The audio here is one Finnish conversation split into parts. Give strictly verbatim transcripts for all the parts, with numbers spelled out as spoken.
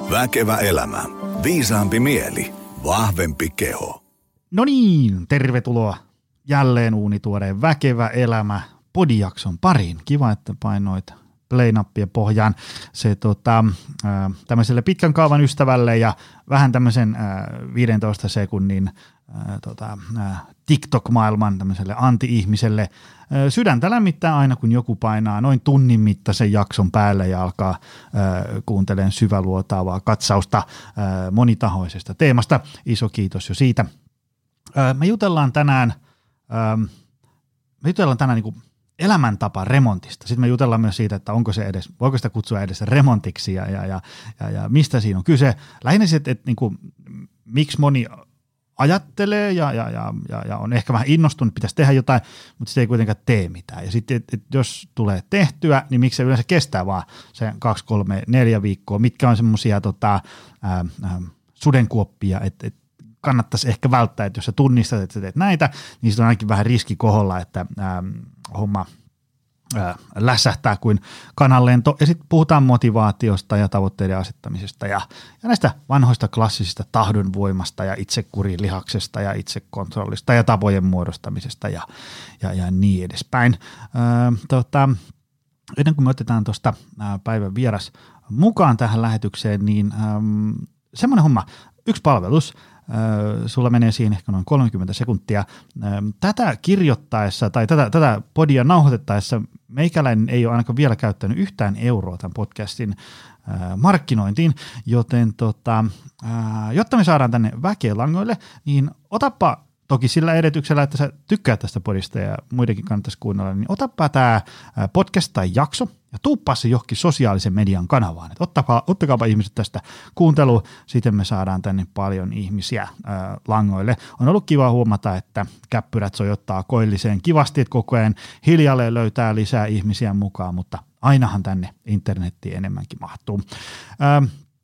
Väkevä elämä. Viisaampi mieli. Vahvempi keho. No niin, tervetuloa jälleen uunituoreen Väkevä elämä podijakson pariin. Kiva, että painoit play-nappia pohjaan. Se tota, äh, tämmöiselle pitkän kaavan ystävälle ja vähän tämmöisen äh, viidentoista sekunnin äh, tota, äh, TikTok-maailman tämmöiselle anti-ihmiselle. Äh, sydäntä lämmittää aina, kun joku painaa noin tunnin mittaisen jakson päälle ja alkaa äh, kuuntelemaan syväluotaavaa katsausta äh, monitahoisesta teemasta. Iso kiitos jo siitä. Äh, me jutellaan tänään, äh, me jutellaan tänään niin kuin elämäntapa remontista. Sitten me jutellaan myös siitä, että onko se edes, voiko sitä kutsua edes remontiksi ja, ja, ja, ja, ja mistä siinä on kyse. Lähinnä se, että, että niin kuin, miksi moni ajattelee ja, ja, ja, ja, ja on ehkä vähän innostunut, pitäisi tehdä jotain, mutta se ei kuitenkaan tee mitään. Ja sitten, että, että jos tulee tehtyä, niin miksi se yleensä kestää vaan se kaksi, kolme, neljä viikkoa, mitkä on semmoisia tota, sudenkuoppia, että, että kannattaisi ehkä välttää, että jos sä tunnistat, että sä teet näitä, niin sitten on ainakin vähän riski koholla, että ää, homma ää, lässähtää kuin kananlento. Ja sitten puhutaan motivaatiosta ja tavoitteiden asettamisesta ja, ja näistä vanhoista klassisista tahdonvoimasta ja itsekurilihaksesta ja itsekontrollista ja tapojen muodostamisesta ja, ja, ja niin edespäin. Ää, tota, ennen kuin me otetaan tuosta päivän vieras mukaan tähän lähetykseen, niin äm, semmoinen homma, yksi palvelus, sulla menee siihen ehkä noin kolmekymmentä sekuntia. Tätä kirjoittaessa tai tätä, tätä podia nauhoitettaessa meikäläinen ei ole ainakaan vielä käyttänyt yhtään euroa tämän podcastin markkinointiin, joten tota, jotta me saadaan tänne väkeä langoille, niin otappa toki sillä edetyksellä, että sä tykkäät tästä podista ja muidenkin kannattaisi kuunnella, niin otappa tämä podcast tai jakso ja tuuppaa se johonkin sosiaalisen median kanavaan. Et ottakaa, ottakaapa ihmiset tästä kuunteluun, sitten me saadaan tänne paljon ihmisiä ää, langoille. On ollut kiva huomata, että käppyrät sojottaa koilliseen kivasti, että koko ajan hiljalleen löytää lisää ihmisiä mukaan, mutta ainahan tänne internettiin enemmänkin mahtuu. Ää,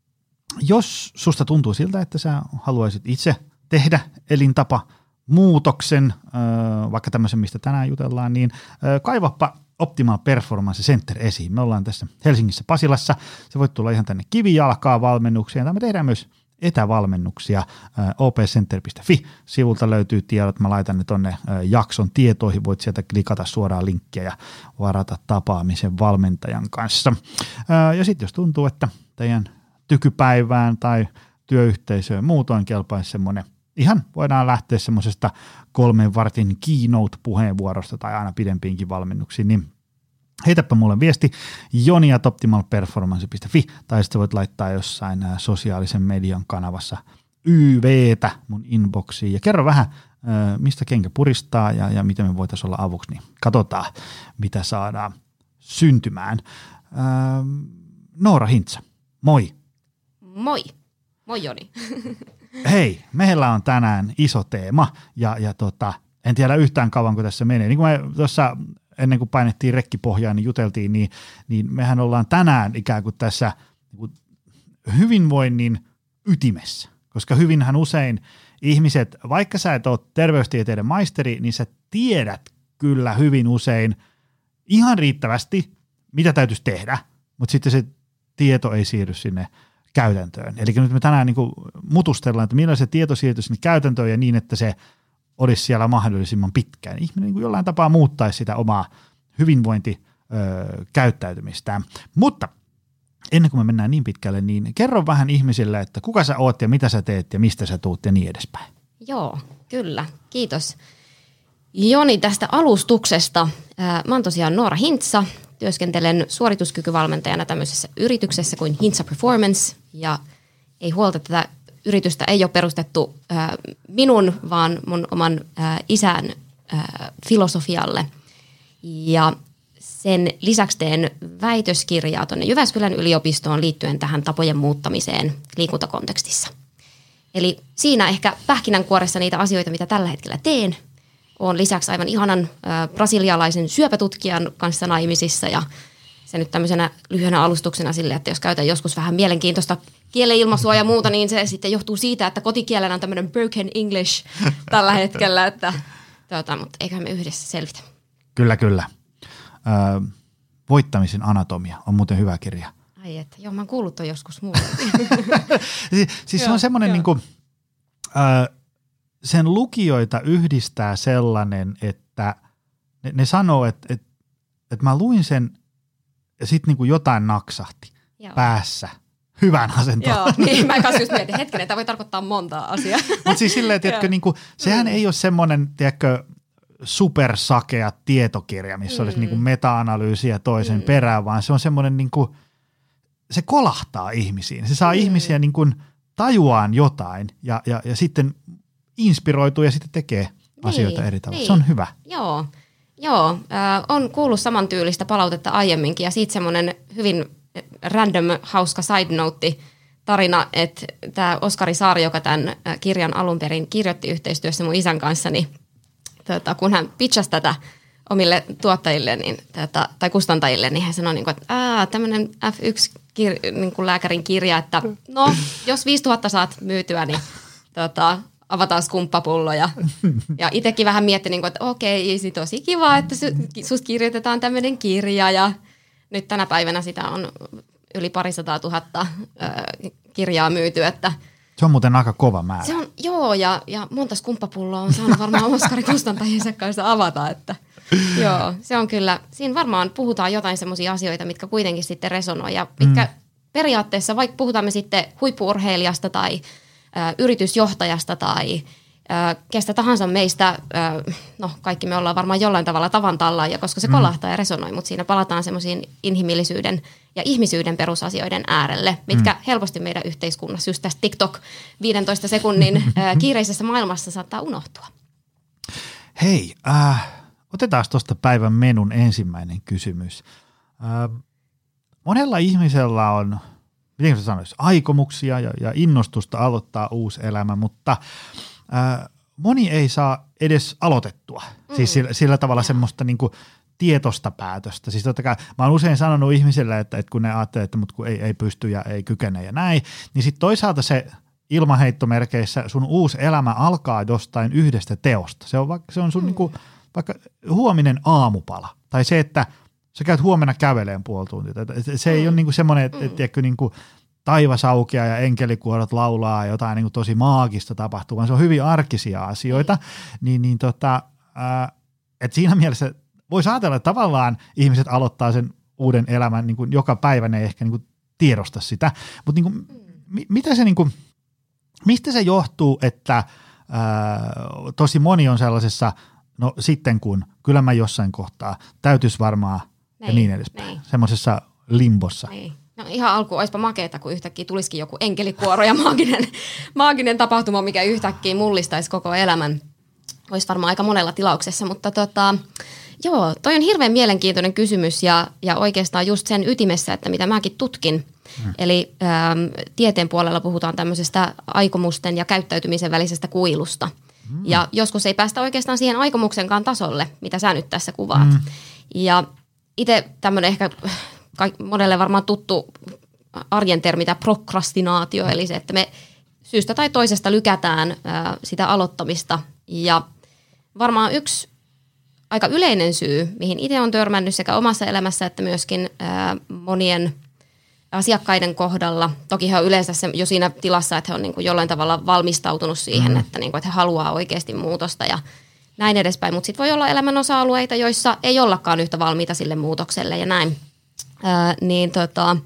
jos susta tuntuu siltä, että sä haluaisit itse tehdä elintapa muutoksen, vaikka tämmöisen, mistä tänään jutellaan, niin kaivappa Optimal Performance Center esiin. Me ollaan tässä Helsingissä Pasilassa. Se voi tulla ihan tänne kivijalkaa valmennukseen, tai me tehdään myös etävalmennuksia. o p center piste f i sivulta löytyy tiedot. Mä laitan ne tonne jakson tietoihin. Voit sieltä klikata suoraan linkkiä ja varata tapaamisen valmentajan kanssa. Ja sitten jos tuntuu, että teidän tykypäivään tai työyhteisöön muutoin kelpaisi semmoinen, ihan voidaan lähteä semmoisesta kolmen vartin keynote-puheenvuorosta tai aina pidempiinkin valmennuksiin, niin heitäpä mulle viesti joni at optimal performance piste f i tai sitten voit laittaa jossain sosiaalisen median kanavassa Y V:tä mun inboxiin ja kerro vähän, mistä kenkä puristaa ja, ja miten me voitaisiin olla avuksi, niin katsotaan, mitä saadaan syntymään. Noora Hintzä, moi. Moi. Moi Joni. Hei, meillä on tänään iso teema ja, ja tota, en tiedä yhtään kauan, kun tässä menee. Niin kuin me tuossa ennen kuin painettiin rekkipohjaan, niin juteltiin, niin, niin mehän ollaan tänään ikään kuin tässä niin kuin hyvinvoinnin ytimessä, koska hyvinhän usein ihmiset, vaikka sä et ole terveystieteiden maisteri, niin sä tiedät kyllä hyvin usein ihan riittävästi, mitä täytyisi tehdä, mutta sitten se tieto ei siirry sinne käytäntöön. Eli nyt me tänään niin kuin mutustellaan, että millä se tieto siirtyisi sinne käytäntöön ja niin, että se olisi siellä mahdollisimman pitkään. Ihminen niin kuin jollain tapaa muuttaisi sitä omaa hyvinvointikäyttäytymistään. Mutta ennen kuin me mennään niin pitkälle, niin kerro vähän ihmisille, että kuka sä oot ja mitä sä teet ja mistä sä tuut ja niin edespäin. Joo, kyllä. Kiitos Joni tästä alustuksesta. Mä oon tosiaan Noora Hintzä. Työskentelen suorituskykyvalmentajana tämmöisessä yrityksessä kuin Hintzä Performance ja ei huolta, tätä yritystä ei ole perustettu äh, minun, vaan mun oman äh, isän äh, filosofialle ja sen lisäksi teen väitöskirjaa tuonne Jyväskylän yliopistoon liittyen tähän tapojen muuttamiseen liikuntakontekstissa. Eli siinä ehkä pähkinänkuoressa niitä asioita, mitä tällä hetkellä teen. Olen lisäksi aivan ihanan äh, brasilialaisen syöpätutkijan kanssa naimisissa ja se nyt tämmöisenä lyhyenä alustuksena sille, että jos käytän joskus vähän mielenkiintoista kielenilmaisua ja muuta, niin se sitten johtuu siitä, että kotikielenä on tämmöinen broken English tällä hetkellä, että tuota, mutta eiköhän me yhdessä selvitä. Kyllä, kyllä. Ö, voittamisen anatomia on muuten hyvä kirja. Ai että, joo mä oon kuullut ton joskus muuta. siis siis se on semmoinen niin kuin, äh, sen lukijoita yhdistää sellainen, että ne, ne sanoo, että, että, että mä luin sen ja sitten niin kuin jotain naksahti joo. päässä. Hyvän asentoon. Joo, niin mä kanssa just mietin, hetkinen, tämä voi tarkoittaa montaa asiaa. Mutta siis silleen, tiedätkö, niin kuin, sehän mm. ei ole semmoinen, tiedätkö, supersakea tietokirja, missä mm. olisi niin kuin meta-analyysiä toisen mm. perään, vaan se on semmoinen, niin kuin, se kolahtaa ihmisiin. Se saa mm. ihmisiä niin kuin tajuaan jotain ja, ja, ja sitten inspiroituu ja sitten tekee niin, asioita eri tavalla. Niin. Se on hyvä. Joo, Joo äh, on kuullut samantyylistä palautetta aiemminkin ja siitä semmoinen hyvin random, hauska side note tarina, että tämä Oskari Saari, joka tämän kirjan alun perin kirjoitti yhteistyössä mun isän kanssa, niin tota, kun hän pitchasi tätä omille tuottajille niin, tota, tai kustantajille, niin hän sanoi, niin kuin, että tämmöinen F yksi kir- niin kuin lääkärin kirja, että no, jos viisituhatta saat myytyä, niin tota, avataan skumppapullo. Ja, ja itsekin vähän miettii, niin kuin, että okei, tosi kiva, että susta kirjoitetaan tämmöinen kirja ja nyt tänä päivänä sitä on yli parisataa tuhatta äh, kirjaa myyty, että se on muuten aika kova määrä. Se on, joo, ja, ja monta skumppapulloa on saanut varmaan Oskari kustantajiensa kanssa avata, että joo, se on kyllä, siinä varmaan puhutaan jotain semmoisia asioita, mitkä kuitenkin sitten resonoi, ja mitkä mm. periaatteessa, vaikka puhutaan me sitten huippu-urheilijasta tai ö, yritysjohtajasta tai ö, kestä tahansa meistä, ö, no kaikki me ollaan varmaan jollain tavalla tavan tallaajia, koska se kolahtaa mm. ja resonoi, mutta siinä palataan semmoisiin inhimillisyyden ja ihmisyyden perusasioiden äärelle, mitkä mm. helposti meidän yhteiskunnassa just tässä TikTok viidentoista sekunnin äh, kiireisessä maailmassa saattaa unohtua. Hei, äh, otetaan tuosta päivän menun ensimmäinen kysymys. Äh, monella ihmisellä on, miten se sanoisi, aikomuksia ja, ja innostusta aloittaa uusi elämä, mutta äh, moni ei saa edes aloitettua. Mm. Siis sillä, sillä tavalla semmoista niinku tietoista päätöstä. Siis totta kai, mä oon usein sanonut ihmisille, että, että kun ne ajattelee, että mut kun ei, ei pysty ja ei kykene ja näin, niin sitten toisaalta se ilmaheittomerkeissä sun uusi elämä alkaa jostain yhdestä teosta. Se on, vaikka, se on sun mm. niinku, vaikka huominen aamupala. Tai se, että sä käyt huomenna käveleen puoli tuntia. Se ei mm. ole niinku semmoinen, että, että, että niinku taivas aukeaa ja enkelikuorot laulaa jotain niinku tosi maagista tapahtuu, vaan se on hyvin arkisia asioita. Mm. Niin, niin tota, äh, että siinä mielessä voisi ajatella, että tavallaan ihmiset aloittaa sen uuden elämän niin kuin joka päivä, ne ei ehkä niin kuin tiedosta sitä, mutta niin kuin, mi- mitä se niin kuin, mistä se johtuu, että ää, tosi moni on sellaisessa, no sitten kun, kyllä mä jossain kohtaa, täytyisi varmaan nein, ja niin edespäin, semmoisessa limbossa. Nein. No ihan alkuun olisipa makeeta, kun yhtäkkiä tulisikin joku enkelikuoro ja maaginen, maaginen tapahtuma, mikä yhtäkkiä mullistaisi koko elämän. Olisi varmaan aika monella tilauksessa, mutta tota, joo, toi on hirveän mielenkiintoinen kysymys ja, ja oikeastaan just sen ytimessä, että mitä mäkin tutkin. Hmm. Eli äm, tieteen puolella puhutaan tämmöisestä aikomusten ja käyttäytymisen välisestä kuilusta. Hmm. Ja joskus ei päästä oikeastaan siihen aikomuksenkaan tasolle, mitä sä nyt tässä kuvaat. Hmm. Ja itse tämmöinen ehkä monelle varmaan tuttu arjen termi, tämä prokrastinaatio, eli se, että me syystä tai toisesta lykätään ää, sitä aloittamista. Ja varmaan yksi aika yleinen syy, mihin itse olen törmännyt sekä omassa elämässä että myöskin ää, monien asiakkaiden kohdalla. Toki he on yleensä se, jo siinä tilassa, että he on niin kuin jollain tavalla valmistautunut siihen, mm. että, niin kuin, että he haluaa oikeasti muutosta ja näin edespäin. Mutta sitten voi olla elämän osa-alueita, joissa ei ollakaan yhtä valmiita sille muutokselle ja näin. Ää, niin tota,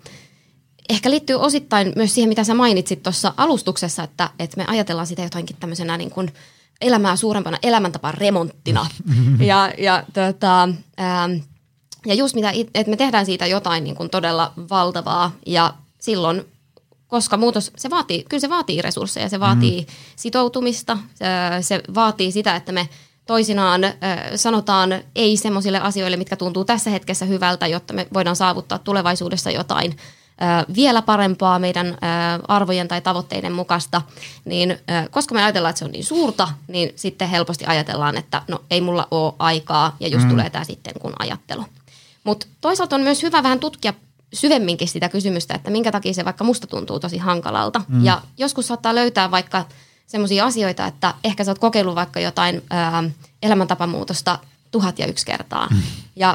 ehkä liittyy osittain myös siihen, mitä sä mainitsit tuossa alustuksessa, että, että me ajatellaan sitä jotainkin tämmöisenä niin kuin elämää suurempana elämäntapaan remonttina. ja, ja, tota, ää, ja just mitä, että me tehdään siitä jotain niin kuin todella valtavaa ja silloin, koska muutos, se vaatii, kyllä se vaatii resursseja, se vaatii mm. sitoutumista, se, se vaatii sitä, että me toisinaan äh, sanotaan ei semmoisille asioille, mitkä tuntuu tässä hetkessä hyvältä, jotta me voidaan saavuttaa tulevaisuudessa jotain äh, vielä parempaa meidän äh, arvojen tai tavoitteiden mukaista. Niin, äh, koska me ajatellaan, että se on niin suurta, niin sitten helposti ajatellaan, että no ei mulla ole aikaa ja just mm. tulee tämä sitten kun ajattelu. Mutta toisaalta on myös hyvä vähän tutkia syvemminkin sitä kysymystä, että minkä takia se vaikka musta tuntuu tosi hankalalta. Mm. Ja joskus saattaa löytää vaikka semmoisia asioita, että ehkä sä oot kokeillut vaikka jotain ää, elämäntapamuutosta tuhat ja yksi kertaa. Mm. Ja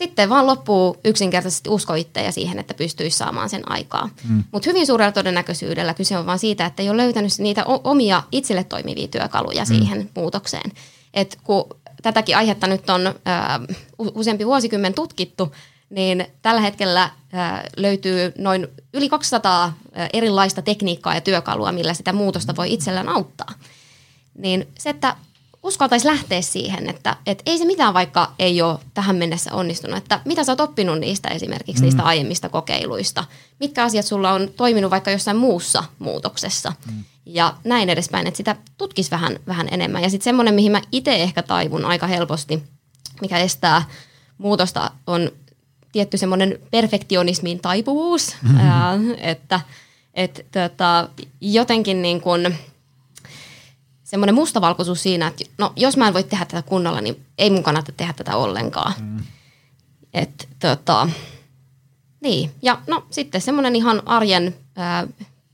sitten vaan loppuu yksinkertaisesti usko itseä ja siihen, että pystyisi saamaan sen aikaa. Mm. Mutta hyvin suurella todennäköisyydellä kyse on vaan siitä, että ei ole löytänyt niitä omia itselle toimivia työkaluja siihen mm. muutokseen. Et kun tätäkin aihetta nyt on ää, useampi vuosikymmen tutkittu, niin tällä hetkellä ää, löytyy noin yli kaksisataa ää, erilaista tekniikkaa ja työkalua, millä sitä muutosta voi itsellään auttaa. Niin se, että uskaltaisi lähteä siihen, että et ei se mitään, vaikka ei ole tähän mennessä onnistunut. Että mitä sä oot oppinut niistä esimerkiksi, mm. niistä aiemmista kokeiluista? Mitkä asiat sulla on toiminut vaikka jossain muussa muutoksessa? Mm. Ja näin edespäin, että sitä tutkisi vähän, vähän enemmän. Ja sitten semmoinen, mihin mä itse ehkä taivun aika helposti, mikä estää muutosta, on tietty semmoinen perfektionismin taipuvuus. Mm-hmm. Ää, että et, tota, jotenkin niin kuin semmoinen mustavalkoisuus siinä, että no, jos mä en voi tehdä tätä kunnolla, niin ei mun kannata tehdä tätä ollenkaan. Mm. Et, tota, niin. Ja no sitten semmoinen ihan arjen ää,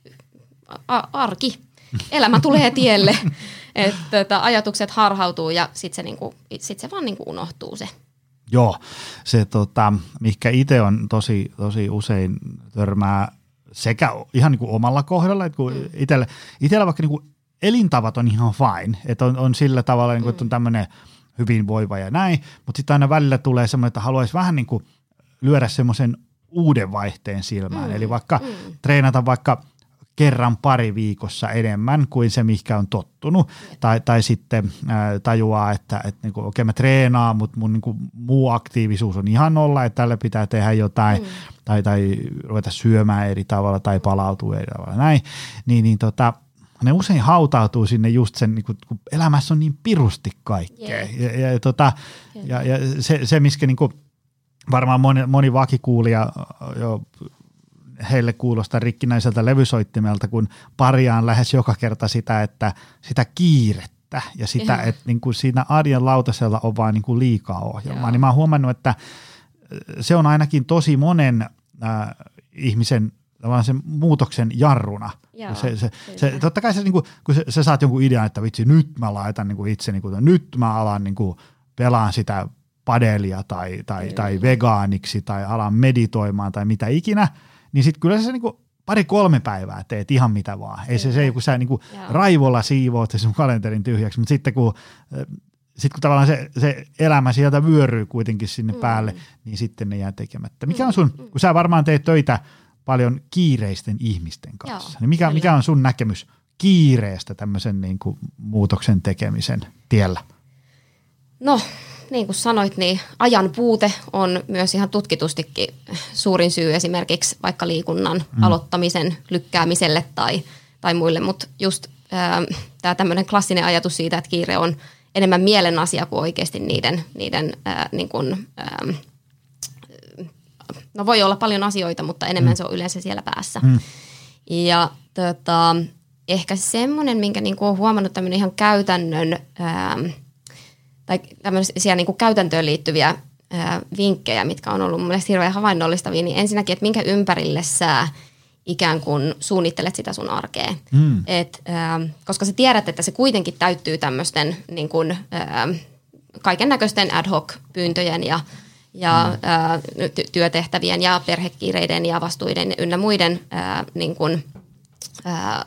a, arki. Elämä tulee tielle, että tota, ajatukset harhautuu ja sitten se, niinku, sit se vaan niinku unohtuu se. Joo, se tota, mikä itse on tosi, tosi usein törmää sekä ihan niinku omalla kohdalla, että kun itsellä, itsellä vaikka niinku elintavat on ihan fine, että on, on sillä tavalla, niin kuin, että on tämmöinen hyvinvoiva ja näin, mutta sitten aina välillä tulee semmoinen, että haluaisi vähän niin kuin lyödä semmoisen uuden vaihteen silmään, mm. eli vaikka mm. treenata vaikka kerran pari viikossa enemmän kuin se, mihinkä on tottunut, tai, tai sitten ää, tajuaa, että et, niinku, okei mä treenaan, mutta mun niinku, muu aktiivisuus on ihan nolla, että tälle pitää tehdä jotain, mm. tai, tai ruveta syömään eri tavalla, tai palautua eri tavalla, näin, niin, niin tota, ne usein hautautuu sinne just sen, niin kun elämässä on niin pirusti kaikkea. Yeah. Ja, ja, tota, yeah. ja, ja se, se miskä niin kuin varmaan moni, moni vakikuulija jo heille kuulostaa rikkinäiseltä levysoittimelta, kun parjaan lähes joka kerta sitä, että sitä kiirettä ja sitä, yeah. että niin kuin siinä arjen lautasella on vaan niin kuin liikaa ohjelmaa. Yeah. Niin mä oon huomannut, että se on ainakin tosi monen äh, ihmisen tavallaan sen muutoksen jarruna. Joo, se, se, se, totta kai se, niin kuin, kun sä, sä saat jonkun idean, että vitsi, nyt mä laitan niin kuin itse, niin kuin, nyt mä alan niin kuin, pelaan sitä padelia tai, tai, tai vegaaniksi tai alan meditoimaan tai mitä ikinä, niin sitten kyllä sä niin kuin, pari-kolme päivää teet ihan mitä vaan. Ei se, se kun sä niin kuin, raivolla siivoat sen sun kalenterin tyhjäksi, mutta sitten kun, sit, kun tavallaan se, se elämä sieltä vyöryy kuitenkin sinne mm. päälle, niin sitten ne jää tekemättä. Mikä on sun, kun sä varmaan teet töitä paljon kiireisten ihmisten kanssa. Joo, niin mikä, mikä on sun näkemys kiireestä tämmöisen niin kuin muutoksen tekemisen tiellä? No, niin kuin sanoit, niin ajan puute on myös ihan tutkitustikin suurin syy esimerkiksi vaikka liikunnan mm. aloittamisen lykkäämiselle tai, tai muille, mutta just äh, tämä tämmöinen klassinen ajatus siitä, että kiire on enemmän mielen asia kuin oikeasti niiden, niiden äh, niin kuin, äh, no voi olla paljon asioita, mutta enemmän mm. se on yleensä siellä päässä. Mm. Ja tota, ehkä semmoinen, minkä niinku olen huomannut tämmöinen ihan käytännön ää, tai tämmöisiä niinku käytäntöön liittyviä ää, vinkkejä, mitkä on ollut mun mielestä hirveän havainnollistavia, niin ensinnäkin, että minkä ympärille sä ikään kuin suunnittelet sitä sun arkea. Mm. Et, ää, koska sä tiedät, että se kuitenkin täyttyy tämmöisten niin kuin, ää, kaiken näköisten ad hoc pyyntöjen ja ja mm. ää, työtehtävien ja perhekiireiden ja vastuiden ynnä muiden ää, niin kun, ää,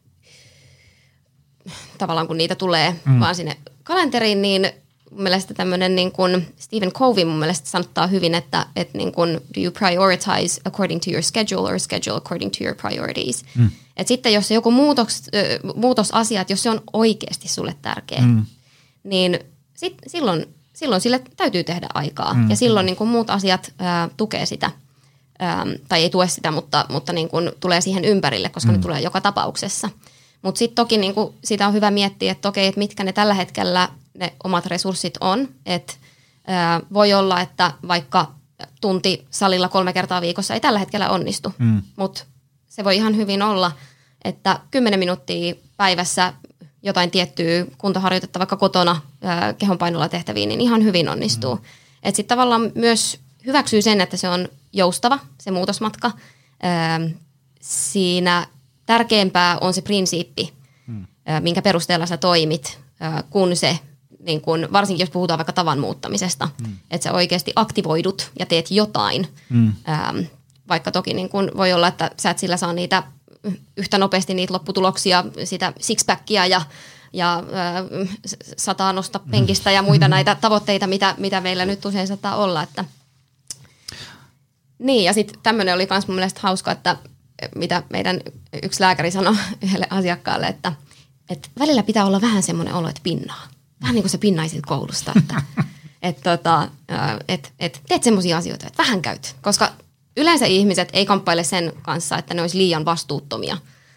tavallaan kun niitä tulee mm. vaan sinne kalenteriin, niin mun mielestä tämmöinen niin kun Stephen Covey mun mielestä sanottaa hyvin, että et niin kun, do you prioritize according to your schedule or schedule according to your priorities. Mm. Et sitten jos se joku muutos, äh, muutosasiat, jos se on oikeasti sulle tärkeä, mm. niin sit, silloin Silloin sille täytyy tehdä aikaa mm. ja silloin niin kuin muut asiat ää, tukee sitä, ää, tai ei tue sitä, mutta, mutta niin kuin tulee siihen ympärille, koska mm. ne tulee joka tapauksessa. Mutta sitten toki niin kuin sitä on hyvä miettiä, että okei, että mitkä ne tällä hetkellä ne omat resurssit on. Että voi olla, että vaikka tunti salilla kolme kertaa viikossa ei tällä hetkellä onnistu, mm. mutta se voi ihan hyvin olla, että kymmenen minuuttia päivässä jotain tiettyä kuntoharjoitetta vaikka kotona ää, kehonpainolla tehtäviin, niin ihan hyvin onnistuu. Mm. Että sitten tavallaan myös hyväksyy sen, että se on joustava, se muutosmatka. Ää, siinä tärkeämpää on se prinsiippi, mm. ää, minkä perusteella sä toimit, ää, kun se niin kun, varsinkin jos puhutaan vaikka tavan muuttamisesta, mm. että sä oikeasti aktivoidut ja teet jotain, mm. ähm, vaikka toki niin kun voi olla, että sä et sillä saa niitä yhtä nopeasti niitä lopputuloksia, sitä sixpackia ja ja äh, sataa nosta penkistä ja muita näitä tavoitteita, mitä, mitä meillä nyt usein saattaa olla. Että. Niin, ja sitten tämmöinen oli myös mun mielestä hauska, että mitä meidän yksi lääkäri sanoi yhdelle asiakkaalle, että, että välillä pitää olla vähän semmoinen olo, että pinnaa. Vähän niin kuin se pinnaisit koulusta, että et, tota, et, et, teet semmoisia asioita, että vähän käyt. Koska yleensä ihmiset ei kamppaile sen kanssa, että ne olisi liian vastuuttomia,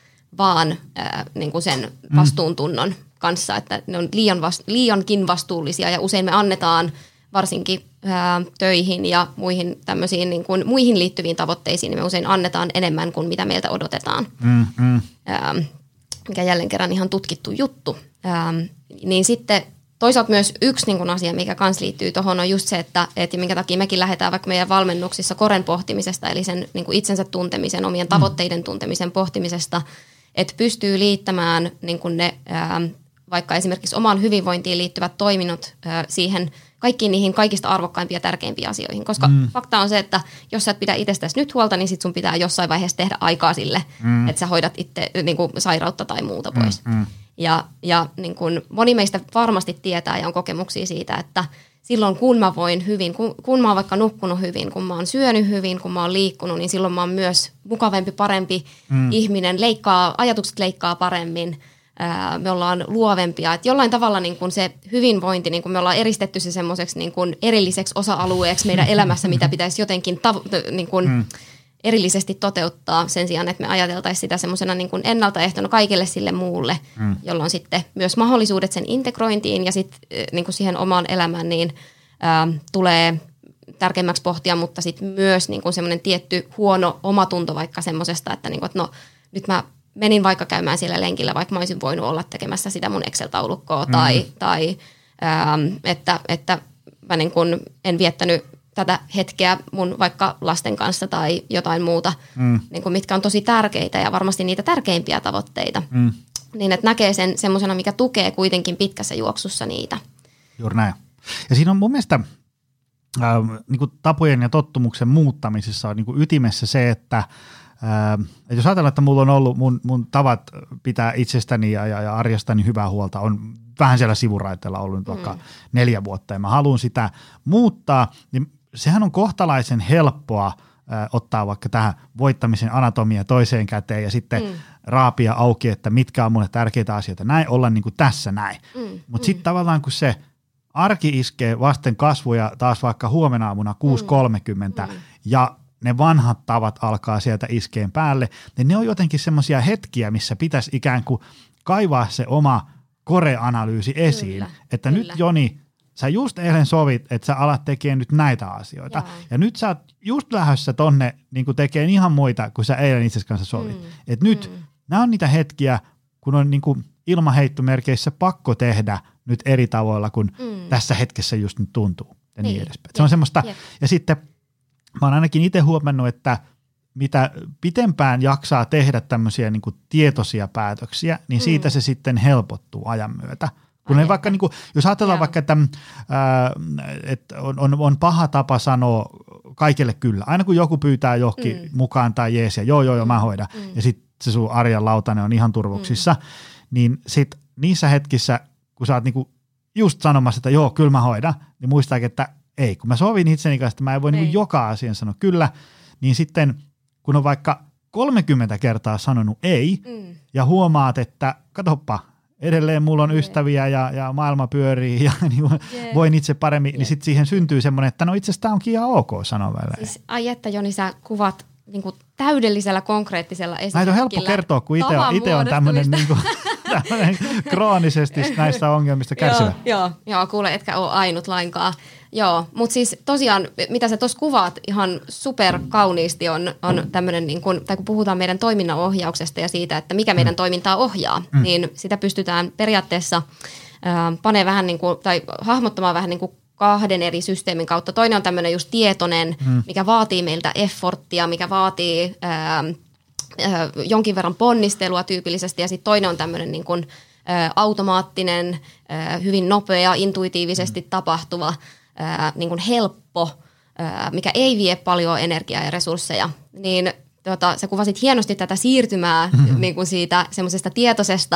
vaan ää, niin kuin sen vastuuntunnon kanssa, että ne on liian vast, liiankin vastuullisia ja usein me annetaan varsinkin ää, töihin ja muihin tämmöisiin niin kuin, muihin liittyviin tavoitteisiin, niin me usein annetaan enemmän kuin mitä meiltä odotetaan, mm, mm. Ää, mikä jälleen kerran ihan tutkittu juttu. Ää, niin sitten toisaalta myös yksi niin kuin asia, mikä kans liittyy tuohon, on just se, että, että minkä takia mekin lähdetään vaikka meidän valmennuksissa koren pohtimisesta, eli sen niin kuin itsensä tuntemisen, omien tavoitteiden tuntemisen pohtimisesta, että pystyy liittämään niin kuin ne ää, vaikka esimerkiksi omaan hyvinvointiin liittyvät toiminnot ää, siihen kaikkiin niihin kaikista arvokkaimpia ja tärkeimpiä asioihin. Koska mm. fakta on se, että jos sä et pidä itsestäsi nyt huolta, niin sit sun pitää jossain vaiheessa tehdä aikaa sille, mm. että sä hoidat itse niin kuin sairautta tai muuta pois. Mm. Mm. Ja, ja niin kuin moni meistä varmasti tietää ja on kokemuksia siitä, että silloin kun mä voin hyvin, kun, kun mä oon vaikka nukkunut hyvin, kun mä oon syönyt hyvin, kun mä oon liikkunut, niin silloin mä oon myös mukavampi, parempi mm. ihminen, leikkaa, ajatukset leikkaa paremmin, ää, me ollaan luovempia. Et jollain tavalla niin kun se hyvinvointi, niin kun me ollaan eristetty se semmoiseksi niin kun erilliseksi osa-alueeksi meidän elämässä, mitä pitäisi jotenkin tav- niin kun mm. erillisesti toteuttaa sen sijaan, että me ajateltaisiin sitä semmoisena niin kuin ennaltaehtona kaikille sille muulle, mm. jolloin sitten myös mahdollisuudet sen integrointiin ja sitten niin kuin siihen omaan elämään niin ää, tulee tärkeämmäksi pohtia, mutta sitten myös niin kuin semmoinen tietty huono omatunto vaikka semmoisesta, että, niin kuin, että no nyt mä menin vaikka käymään siellä lenkillä, vaikka mä olisin voinut olla tekemässä sitä mun Excel-taulukkoa mm. tai, tai ää, että, että mä niin kuin en viettänyt tätä hetkeä mun vaikka lasten kanssa tai jotain muuta, mm. niin kuin mitkä on tosi tärkeitä ja varmasti niitä tärkeimpiä tavoitteita, mm. niin että näkee sen semmoisena, mikä tukee kuitenkin pitkässä juoksussa niitä. Juuri näin. Ja siinä on mun mielestä äh, niin kuin tapojen ja tottumuksen muuttamisessa on niin kuin ytimessä se, että äh, että jos ajatellaan, että mulla on ollut mun, mun tavat pitää itsestäni ja, ja, ja arjestani hyvää huolta, on vähän siellä sivuraiteella ollut nyt vaikka mm. neljä vuotta ja mä haluan sitä muuttaa, niin sehän on kohtalaisen helppoa äh, ottaa vaikka tähän voittamisen anatomia toiseen käteen ja sitten mm. raapia auki, että mitkä on mulle tärkeitä asioita. Näin olla niin kuin tässä näin. Mm. Mutta mm. sitten tavallaan kun se arki iskee vasten kasvoja taas vaikka huomenna aamuna kuusi kolmekymmentä mm. ja ne vanhat tavat alkaa sieltä iskeen päälle, niin ne on jotenkin semmoisia hetkiä, missä pitäisi ikään kuin kaivaa se oma koreanalyysi esiin, kyllä, että kyllä. nyt Joni, sä just eilen sovit, että sä alat tekemään nyt näitä asioita. Jaa. Ja nyt sä oot just lähdössä tonne niin tekemään ihan muita, kun sä eilen itse kanssa sovit. Mm. Että nyt mm. nämä on niitä hetkiä, kun on niin kuin ilmaheittomerkeissä pakko tehdä nyt eri tavoilla, kun mm. tässä hetkessä just nyt tuntuu. Ja niin, niin edespäin. Se on semmoista, Jep. ja sitten mä oon ainakin itse huomannut, että mitä pitempään jaksaa tehdä tämmöisiä niin kuin tietoisia päätöksiä, niin mm. siitä se sitten helpottuu ajan myötä. Kun ei vaikka, niin kuin, jos ajatellaan Jaa. vaikka, että, ää, että on, on, on paha tapa sanoa kaikille kyllä. Aina kun joku pyytää johonkin mm. mukaan tai jees ja joo joo joo mä hoidan mm. ja sitten se sun arjan lautanen on ihan turvoksissa, mm. niin sit niissä hetkissä, kun sä oot niinku just sanomassa, että joo kyllä mä hoidan, niin muistaakin, että ei, kun mä sovin itseni kanssa, että mä en voi niinku joka asian sanoa kyllä, niin sitten kun on vaikka kolmekymmentä kertaa sanonut ei mm. ja huomaat, että katoppa, edelleen mulla on yeah. ystäviä ja, ja maailma pyörii ja niin yeah. voin itse paremmin, yeah. niin sitten siihen syntyy semmoinen, että no itse asiassa tämä onkin ihan ok sanoa välillä. Siis ai että Joni, sä kuvat niin kuin täydellisellä konkreettisella esimerkillä. Näitä on helppo kertoa, kun itse on, itse on tämmöinen niin kuin, kroonisesti näistä ongelmista kärsivä. Joo, joo, joo, kuule, etkä ole ainut lainkaan. Joo, mutta siis tosiaan, mitä sä tuossa kuvaat ihan super kauniisti on, on tämmöinen, niin kun, tai kun puhutaan meidän toiminnan ohjauksesta ja siitä, että mikä meidän toimintaa ohjaa, mm. niin sitä pystytään periaatteessa äh, panemaan vähän niin kuin, tai hahmottamaan vähän niin kuin kahden eri systeemin kautta. Toinen on tämmöinen just tietoinen, mm. mikä vaatii meiltä efforttia, mikä vaatii äh, äh, jonkin verran ponnistelua tyypillisesti, ja sitten toinen on tämmöinen niin kuin automaattinen, hyvin nopea, intuitiivisesti tapahtuva, niin kuin helppo, mikä ei vie paljon energiaa ja resursseja, niin tota, sä kuvasit hienosti tätä siirtymää mm-hmm. niin kuin siitä semmoisesta tietoisesta,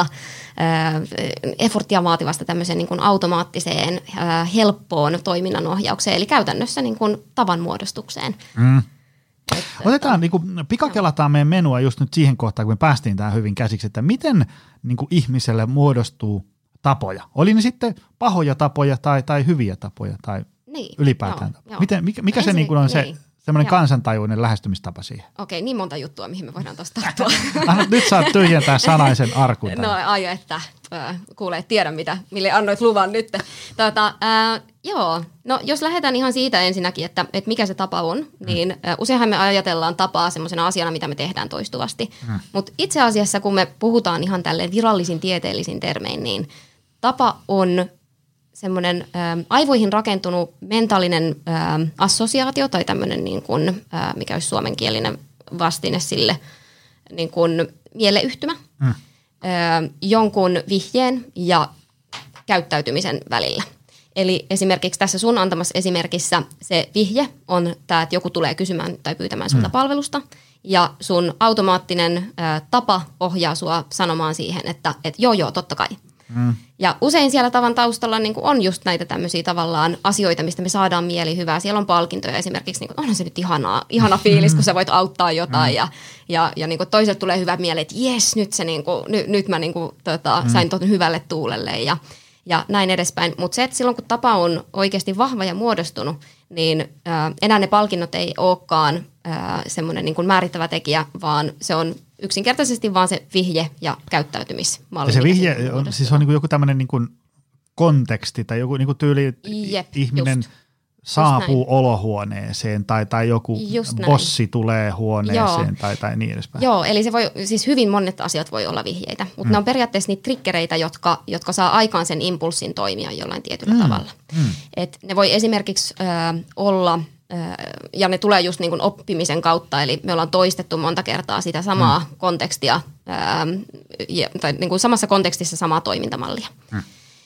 efforttia vaativasta tämmöiseen niin kuin automaattiseen, helppoon toiminnanohjaukseen, eli käytännössä niin kuin tavan muodostukseen. Mm. Et, Otetaan, niin kuin, pikakelataan meidän menua just nyt siihen kohtaan, kun me päästiin tähän hyvin käsiksi, että miten niin kuin ihmiselle muodostuu tapoja. Oli ne sitten pahoja tapoja tai, tai hyviä tapoja tai niin, ylipäätään. Joo, miten, mikä mikä se niin kuin on niin. se semmoinen kansantajuinen lähestymistapa siihen? Okei, niin monta juttua, mihin me voidaan tuosta tarttua. Anna, nyt saat tyhjentää sanaisen arkun. No ai että, äh, kuule, tiedä mitä, mille annoit luvan nyt. Tota, äh, joo, no jos lähdetään ihan siitä ensinnäkin, että, että mikä se tapa on, niin äh, useinhan me ajatellaan tapaa semmoisena asiana, mitä me tehdään toistuvasti. Hmm. Mutta itse asiassa, kun me puhutaan ihan tälleen virallisin tieteellisin termein, niin tapa on semmoinen ä, aivoihin rakentunut mentaalinen ä, assosiaatio tai tämmöinen, niin kuin, ä, mikä olisi suomenkielinen vastine sille, niin kuin mieleyhtymä mm. ä, jonkun vihjeen ja käyttäytymisen välillä. Eli esimerkiksi tässä sun antamassa esimerkissä se vihje on tämä, että joku tulee kysymään tai pyytämään sulta mm. palvelusta ja sun automaattinen ä, tapa ohjaa sua sanomaan siihen, että et joo joo, totta kai. Mm. Ja usein siellä tavan taustalla niin kuin on just näitä tämmöisiä tavallaan asioita, mistä me saadaan mieli hyvää. Siellä on palkintoja esimerkiksi, niin kuin, onhan se nyt ihanaa, ihana fiilis, kun sä voit auttaa jotain. Mm. Ja, ja, ja niin kuin toiselta tulee hyvä mieli, että jes, nyt, se niin kuin, nyt, nyt mä niin kuin, tota, mm. sain ton hyvälle tuulelle ja, ja näin edespäin. Mutta se, että silloin kun tapa on oikeasti vahva ja muodostunut, niin äh, enää ne palkinnot ei olekaan äh, semmoinen niin kuin määrittävä tekijä, vaan se on yksinkertaisesti vaan se vihje ja käyttäytymismalli. Ja se vihje on, siis on niin kuin joku tämmöinen niin kuin konteksti tai joku niin kuin tyyli, Jep, ihminen just. saapuu just olohuoneeseen tai, tai joku bossi tulee huoneeseen tai, tai niin edespäin. Joo, eli se voi, siis hyvin monet asiat voi olla vihjeitä, mutta mm. ne on periaatteessa niitä triggereitä, jotka, jotka saa aikaan sen impulssin toimia jollain tietyllä mm. tavalla. Mm. Et ne voi esimerkiksi äh, olla ja ne tulee just niin kuin oppimisen kautta, eli me ollaan toistettu monta kertaa sitä samaa mm. kontekstia, ää, ja, tai niin kuin samassa kontekstissa samaa toimintamallia. Mm.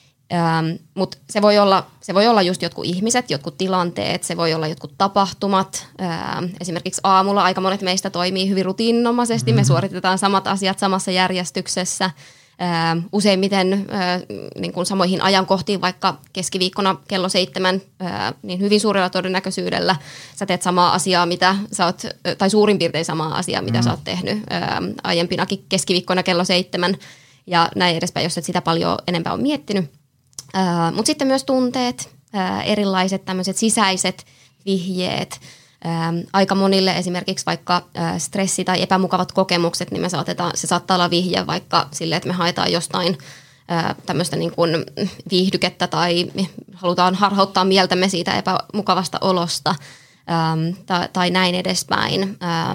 Mutta se voi olla, se voi olla just jotkut ihmiset, jotkut tilanteet, se voi olla jotkut tapahtumat. Ää, esimerkiksi aamulla aika monet meistä toimii hyvin rutiininomaisesti, mm. me suoritetaan samat asiat samassa järjestyksessä. Äh, useimmiten äh, niin kuin samoihin ajankohtiin, vaikka keskiviikkona kello seitsemän, äh, niin hyvin suurella todennäköisyydellä sä teet samaa asiaa, mitä sä oot, tai suurin piirtein samaa asiaa, mitä mm. sä oot tehnyt äh, aiempinakin keskiviikkona kello seitsemän, ja näin edespäin, jos et sitä paljon enempää ole miettinyt. Äh, Mutta sitten myös tunteet, äh, erilaiset tämmöiset sisäiset vihjeet, Ähm, aika monille esimerkiksi vaikka äh, stressi tai epämukavat kokemukset, niin me saatetaan, se saattaa olla vihje vaikka sille, että me haetaan jostain äh, tämmöistä niin kuin viihdykettä tai halutaan harhauttaa mieltämme siitä epämukavasta olosta ähm, tai, tai näin edespäin. Ähm,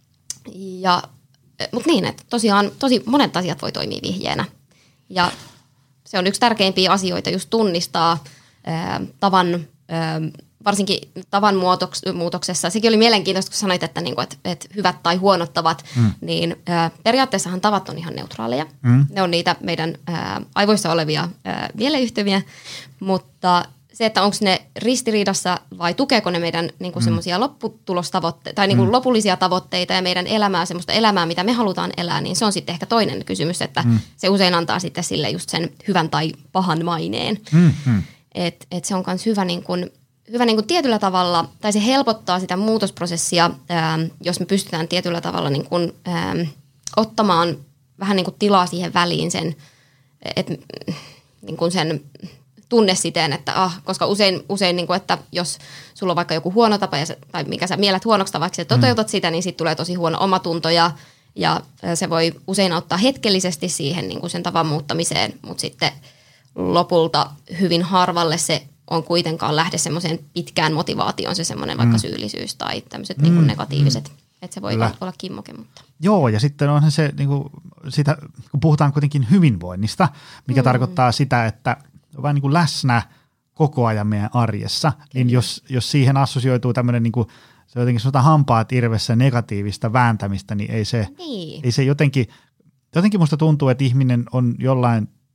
ja, mutta niin, että tosiaan tosi monet asiat voi toimia vihjeenä ja se on yksi tärkeimpiä asioita just tunnistaa äh, tavan äh, varsinkin tavan muutoksessa. Sekin oli mielenkiintoista, kun sanoit, että, niin kuin, että, että hyvät tai huonot tavat, mm. niin ä, periaatteessahan tavat on ihan neutraaleja. Mm. Ne on niitä meidän ä, aivoissa olevia ä, mieleyhtymiä, mutta se, että onko ne ristiriidassa vai tukeeko ne meidän niin kuin mm. semmoisia lopputulostavoitteita tai niin kuin mm. lopullisia tavoitteita ja meidän elämää, semmoista elämää, mitä me halutaan elää, niin se on sitten ehkä toinen kysymys, että mm. se usein antaa sitten sille just sen hyvän tai pahan maineen. Mm. Mm. Että et se on myös hyvä niin kuin hyvä niin kuin tietyllä tavalla, tai se helpottaa sitä muutosprosessia, ää, jos me pystytään tietyllä tavalla niin kuin, ää, ottamaan vähän niin kuin tilaa siihen väliin sen, et, niin kuin sen tunnesiteen, että ah, koska usein, usein niin kuin, että jos sulla on vaikka joku huono tapa, ja se, tai mikä sä mielät huonoksi tavaksi, sä toteutat mm. sitä, niin sitten tulee tosi huono omatunto, ja, ja se voi usein auttaa hetkellisesti siihen niin kuin sen tavan muuttamiseen, mutta sitten lopulta hyvin harvalle se on kuitenkaan lähde semmoiseen pitkään motivaatioon se semmoinen vaikka mm. syyllisyys tai tämmöiset mm. niin negatiiviset, mm. että se voi Kyllä. olla kimmoke. Mutta. Joo, ja sitten onhan se, niin kuin, sitä, kun puhutaan kuitenkin hyvinvoinnista, mikä mm. tarkoittaa sitä, että on vähän niin kuin läsnä koko ajan meidän arjessa, Kyllä. niin jos, jos siihen assosioituu tämmöinen niin kuin, se jotenkin sanotaan hampaat irvessä negatiivista vääntämistä, niin ei se, niin. ei se jotenkin, jotenkin musta tuntuu, että ihminen on jollain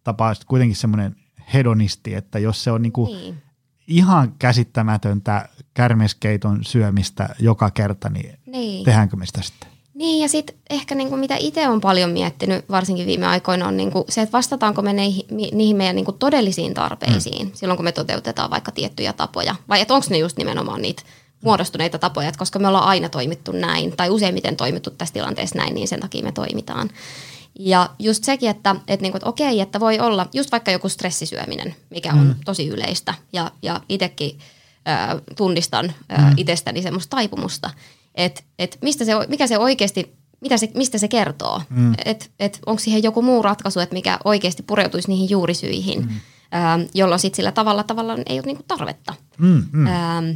tapaa kuitenkin semmoinen hedonisti, että jos se on niinku Niin. ihan käsittämätöntä kärmeskeiton syömistä joka kerta, niin, Niin. tehdäänkö me sitä sitten? Niin ja sitten ehkä niinku mitä itse on paljon miettinyt, varsinkin viime aikoina, on niinku se, että vastataanko me niihin, niihin meidän niinku todellisiin tarpeisiin mm. silloin, kun me toteutetaan vaikka tiettyjä tapoja. Vai että onko ne just nimenomaan niitä muodostuneita tapoja, että koska me ollaan aina toimittu näin tai useimmiten toimittu tässä tilanteessa näin, niin sen takia me toimitaan. Ja just sekin, että, että, niinku, että okei, että voi olla just vaikka joku stressisyöminen, mikä on mm. tosi yleistä ja, ja itsekin äh, tunnistan äh, mm. itsestäni semmoista taipumusta. Että et mistä se, mikä se oikeasti, mitä se, mistä se kertoo? Mm. Että et onko siihen joku muu ratkaisu, että mikä oikeasti pureutuisi niihin juurisyihin, mm. ähm, jolloin sitten sillä tavalla tavallaan ei ole niinku tarvetta. Mm, mm. Ähm,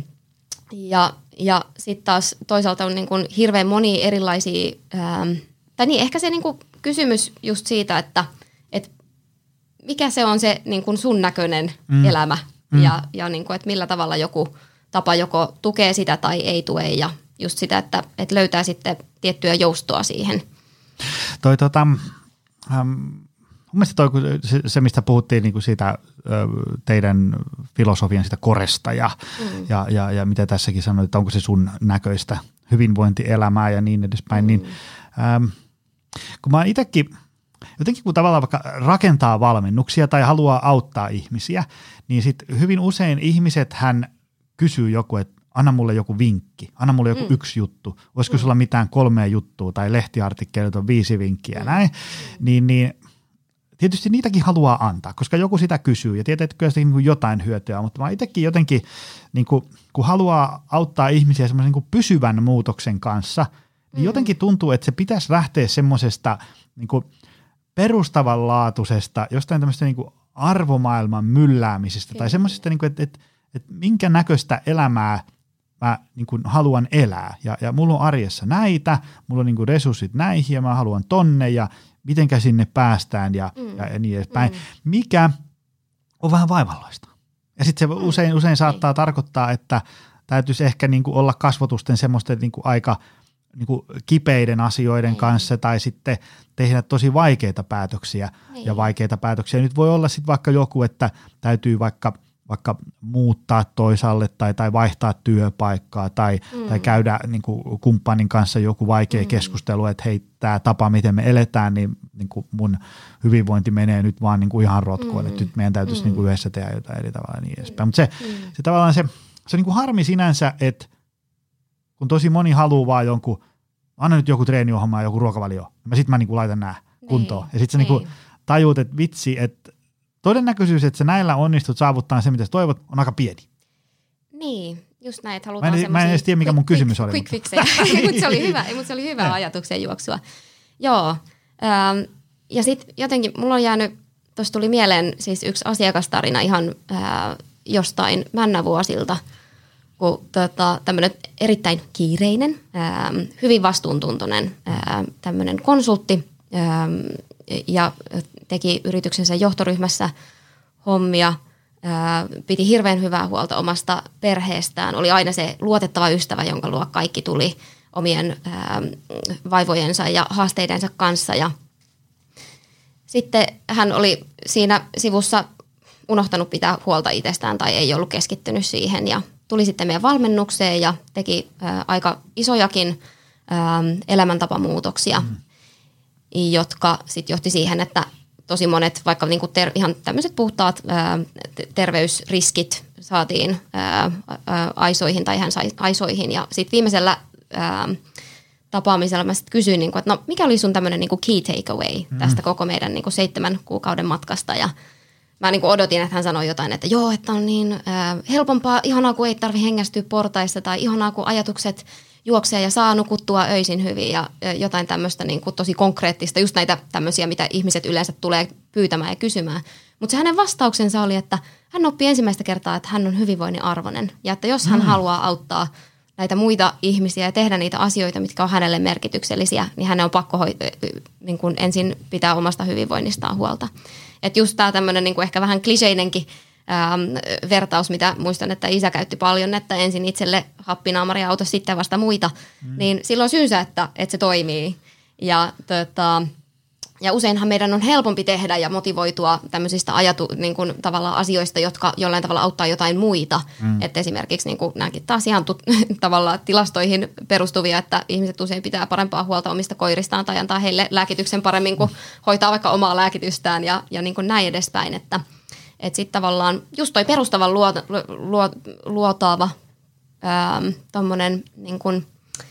ja ja sitten taas toisaalta on niinku hirveän monia erilaisia, ähm, tai niin ehkä se niinku kysymys just siitä, että et mikä se on se niinku sun näköinen mm. elämä mm. ja, ja niinku, että millä tavalla joku tapa joko tukee sitä tai ei tue ja just sitä, että, että löytää sitten tiettyä joustoa siihen. Toi tota, ähm, mun mielestä toi, se, se, mistä puhuttiin niin kuin siitä teidän filosofian sitä koresta ja, mm. ja, ja, ja mitä tässäkin sanoit, että onko se sun näköistä hyvinvointielämää ja niin edespäin, mm. niin ähm, kun mä itsekin, jotenkin kun tavallaan vaikka rakentaa valmennuksia tai haluaa auttaa ihmisiä, niin sitten hyvin usein ihmiset hän kysyy joku, että anna mulle joku vinkki, anna mulle joku mm. yksi juttu, olisiko mm. sulla mitään kolmea juttua tai lehtiartikkeleita on viisi vinkkiä, mm. näin, niin, niin tietysti niitäkin haluaa antaa, koska joku sitä kysyy ja tietää, että kyllä sitä niin jotain hyötyä, mutta mä itsekin jotenkin, niin kuin, kun haluaa auttaa ihmisiä semmoisen niin pysyvän muutoksen kanssa, niin mm. jotenkin tuntuu, että se pitäisi lähteä semmoisesta niin kuin perustavanlaatuisesta, jostain tämmöistä niin kuin arvomaailman mylläämisestä tai semmoisesta, niin kuin, että, että, että minkä näköistä elämää mä niin kuin haluan elää ja, ja mulla on arjessa näitä, mulla on niin kuin resurssit näihin ja mä haluan tonne ja mitenkä sinne päästään ja, mm. ja, ja niin edespäin, mm. mikä on vähän vaivalloista. Ja sitten se usein, usein saattaa Ei. tarkoittaa, että täytyisi ehkä niin kuin olla kasvotusten semmoisten niin kuin aika niin kuin kipeiden asioiden Ei. kanssa tai sitten tehdä tosi vaikeita päätöksiä Ei. ja vaikeita päätöksiä. Nyt voi olla sitten vaikka joku, että täytyy vaikka vaikka muuttaa toisaalle tai, tai vaihtaa työpaikkaa tai, mm. tai käydä niin kuin kumppanin kanssa joku vaikea mm. keskustelu, että hei, tämä tapa, miten me eletään, niin, niin kuin mun hyvinvointi menee nyt vaan niin kuin ihan rotkoon, mm. että nyt meidän täytyisi mm. niin kuin yhdessä tehdä jotain eri tavalla ja niin edespäin. Mutta se, mm. se tavallaan se, se on niin kuin harmi sinänsä, että kun tosi moni haluaa vaan jonkun, anna nyt joku treeniohjelma ja joku ruokavalio, ja sitten mä niin kuin laitan nämä kuntoon. Ja sitten sä niin kuin tajuut, että vitsi, että todennäköisyys, että sä näillä onnistut saavuttaa se, mitä sä toivot, on aika pieni. Niin, just näin, että halutaan mä en, mä en edes tiedä, mikä mun kysymys oli. Quick fixejä, mutta se oli hyvä, mutta se oli hyvä ajatuksen juoksua. Joo, ähm, ja sitten jotenkin mulla on jäänyt, tuossa tuli mieleen siis yksi asiakastarina ihan äh, jostain männävuosilta, kun tota, tämmöinen erittäin kiireinen, äh, hyvin vastuuntuntoinen äh, tämmöinen konsultti äh, ja teki yrityksensä johtoryhmässä hommia, ää, piti hirveän hyvää huolta omasta perheestään, oli aina se luotettava ystävä, jonka luo kaikki tuli omien ää, vaivojensa ja haasteidensa kanssa. Ja sitten hän oli siinä sivussa unohtanut pitää huolta itsestään tai ei ollut keskittynyt siihen ja tuli sitten meidän valmennukseen ja teki ää, aika isojakin ää, elämäntapamuutoksia, mm. jotka sitten johti siihen, että tosi monet vaikka niinku ter- ihan tämmöiset puhtaat ää, terveysriskit saatiin ää, ää, aisoihin tai hän sai aisoihin. Ja sitten viimeisellä ää, tapaamisella mä sitten kysyin, niinku, että no mikä oli sun tämmöinen niinku key takeaway tästä mm. koko meidän niinku seitsemän kuukauden matkasta. Ja mä niinku odotin, että hän sanoi jotain, että joo, että on niin ää, helpompaa, ihanaa kun ei tarvitse hengästyä portaissa tai ihanaa kun ajatukset juoksee ja saa nukuttua öisin hyvin ja jotain tämmöistä niin kuin tosi konkreettista, just näitä tämmöisiä, mitä ihmiset yleensä tulee pyytämään ja kysymään. Mutta se hänen vastauksensa oli, että hän oppii ensimmäistä kertaa, että hän on hyvinvoinnin arvoinen ja että jos hän mm. haluaa auttaa näitä muita ihmisiä ja tehdä niitä asioita, mitkä on hänelle merkityksellisiä, niin hänen on pakko hoi- niin kuin ensin pitää omasta hyvinvoinnistaan huolta. Että just tämä tämmöinen niin kuin ehkä vähän kliseinenkin Ähm, vertaus, mitä muistan, että isä käytti paljon, että ensin itselle happinaamari auto, sitten vasta muita, mm. niin silloin syynsä, että, että se toimii. Ja tota, Ja useinhan meidän on helpompi tehdä ja motivoitua tämmöisistä ajatu, niin kuin, tavallaan asioista, jotka jollain tavalla auttaa jotain muita. Mm. Että esimerkiksi niin kuin, nämäkin taas ihan tut, tavallaan tilastoihin perustuvia, että ihmiset usein pitää parempaa huolta omista koiristaan tai antaa heille lääkityksen paremmin kuin hoitaa vaikka omaa lääkitystään ja, ja niin kuin näin edespäin. Että et sitten tavallaan just toi perustavan luota, luo, luotaava tommonen niin kuin,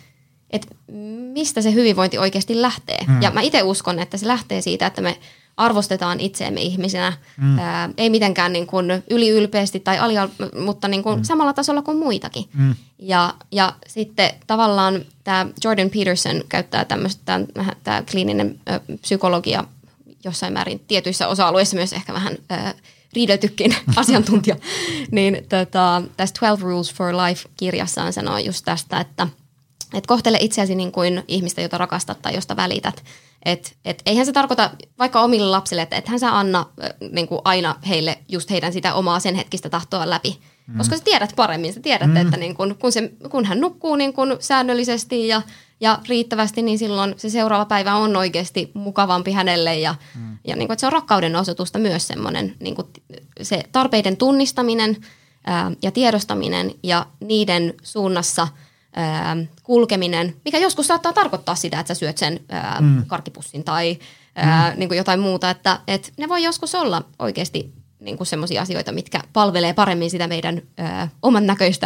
että mistä se hyvinvointi oikeasti lähtee. Mm. Ja mä itse uskon, että se lähtee siitä, että me arvostetaan itseämme ihmisenä. Mm. Ää, ei mitenkään niin kuin yliylpeästi tai alia, mutta niin kuin mm. samalla tasolla kuin muitakin. Mm. Ja, ja sitten tavallaan tämä Jordan Peterson käyttää tämmöistä, tämä kliininen ö, psykologia jossain määrin tietyissä osa-alueissa myös ehkä vähän ö, riideltykin asiantuntija. Niin tota, tässä twelve Rules for Life-kirjassaan sanoo just tästä, että et kohtele itseäsi niin kuin ihmistä, jota rakastat tai josta välität. Et, et eihän se tarkoita vaikka omille lapsille, että ethän sä anna niin kuin aina heille just heidän sitä omaa sen hetkistä tahtoa läpi. Mm. Koska sä tiedät paremmin, sä tiedät, mm. että niin kun, kun, se, kun hän nukkuu niin kun säännöllisesti ja, ja riittävästi, niin silloin se seuraava päivä on oikeasti mukavampi hänelle. Ja, mm. ja niin kun, että se on rakkauden osoitusta myös semmoinen niin kun se tarpeiden tunnistaminen ää, ja tiedostaminen ja niiden suunnassa ää, kulkeminen, mikä joskus saattaa tarkoittaa sitä, että sä syöt sen ää, mm. karkkipussin tai ää, mm. niin kuin jotain muuta, että et ne voi joskus olla oikeasti niin kuin semmoisia asioita, mitkä palvelee paremmin sitä meidän ää, oman näköistä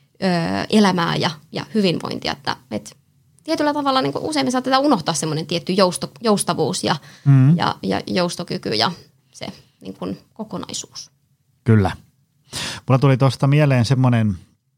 ää, elämää ja, ja hyvinvointia, että et tietyllä tavalla niin kuin usein me saatetaan unohtaa semmoinen tietty jousto, joustavuus ja, mm. ja, ja joustokyky ja se niin kuin kokonaisuus. Kyllä. Mulla tuli tuosta mieleen semmoinen,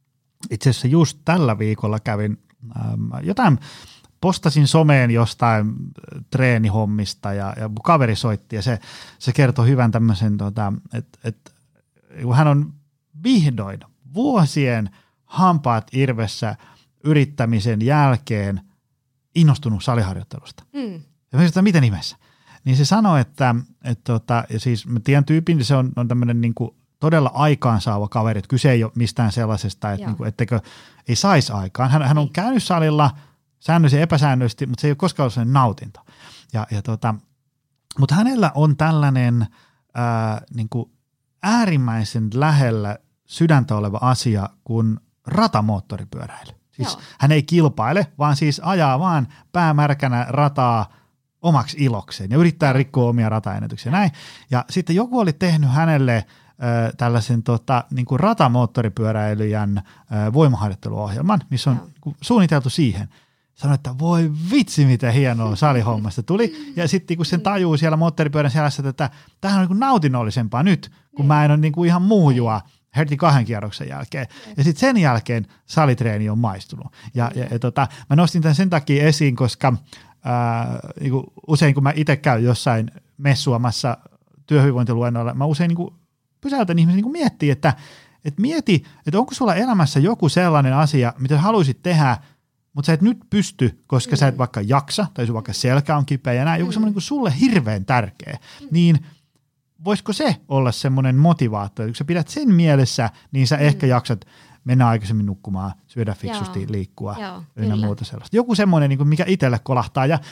itse asiassa just tällä viikolla kävin ähm, jotain, postasin someen jostain treenihommista ja, ja kaveri soitti ja se, se kertoi hyvän tämmöisen, tota, että et, hän on vihdoin vuosien hampaat irvessä yrittämisen jälkeen innostunut saliharjoittelusta. Mm. Ja mä sanoin, miten ihmeessä? Niin se sanoi, että et, tota, ja siis mä tiedän tyypin, se on, on tämmöinen niinku todella aikaansaava kaveri, että kyse ei ole mistään sellaisesta, että niinku, ettekö ei saisi aikaan. Hän, hän on käynyt salilla säännöllisesti ja epäsäännöllisesti, mutta se ei ole koskaan ollut sellainen nautinto. Ja, ja tota, mutta hänellä on tällainen ää, niinku äärimmäisen lähellä sydäntä oleva asia kuin ratamoottoripyöräily. Siis hän ei kilpaile, vaan siis ajaa vaan päämärkänä rataa omaksi ilokseen ja yrittää rikkoa omia rataennätyksiä. Näin. Ja sitten joku oli tehnyt hänelle äh, tällaisen tota, niin kuin ratamoottoripyöräilijän äh, voimaharjoitteluohjelman, missä on Joo. suunniteltu siihen. Sanoin, että voi vitsi, mitä hienoa salihommasta tuli. Ja sitten kun sen tajuu siellä moottoripyörän selässä, että tämähän on niin kuin nautinnollisempaa nyt, kun mä en ole niin kuin ihan muujua heti kahden kierroksen jälkeen. Ja sitten sen jälkeen salitreeni on maistunut. Ja, ja, ja tota, mä nostin tämän sen takia esiin, koska ää, niin kuin usein kun mä itse käyn jossain messuamassa työhyvinvointiluennoilla, mä usein niin kuin pysäytän ihmisiä niin kuin miettiä, että, että mieti, että onko sulla elämässä joku sellainen asia, mitä haluaisit tehdä, mutta sä et nyt pysty, koska mm. sä et vaikka jaksa, tai sun vaikka selkä on kipeä ja näin, joku mm. semmoinen kuin sulle hirveän tärkeä, mm. niin voisiko se olla semmoinen motivaattori, kun sä pidät sen mielessä, niin sä mm. ehkä jaksat mennä aikaisemmin nukkumaan, syödä fiksusti, Joo. liikkua ja muuta sellaista. Joku semmoinen, mikä itselle kolahtaa ja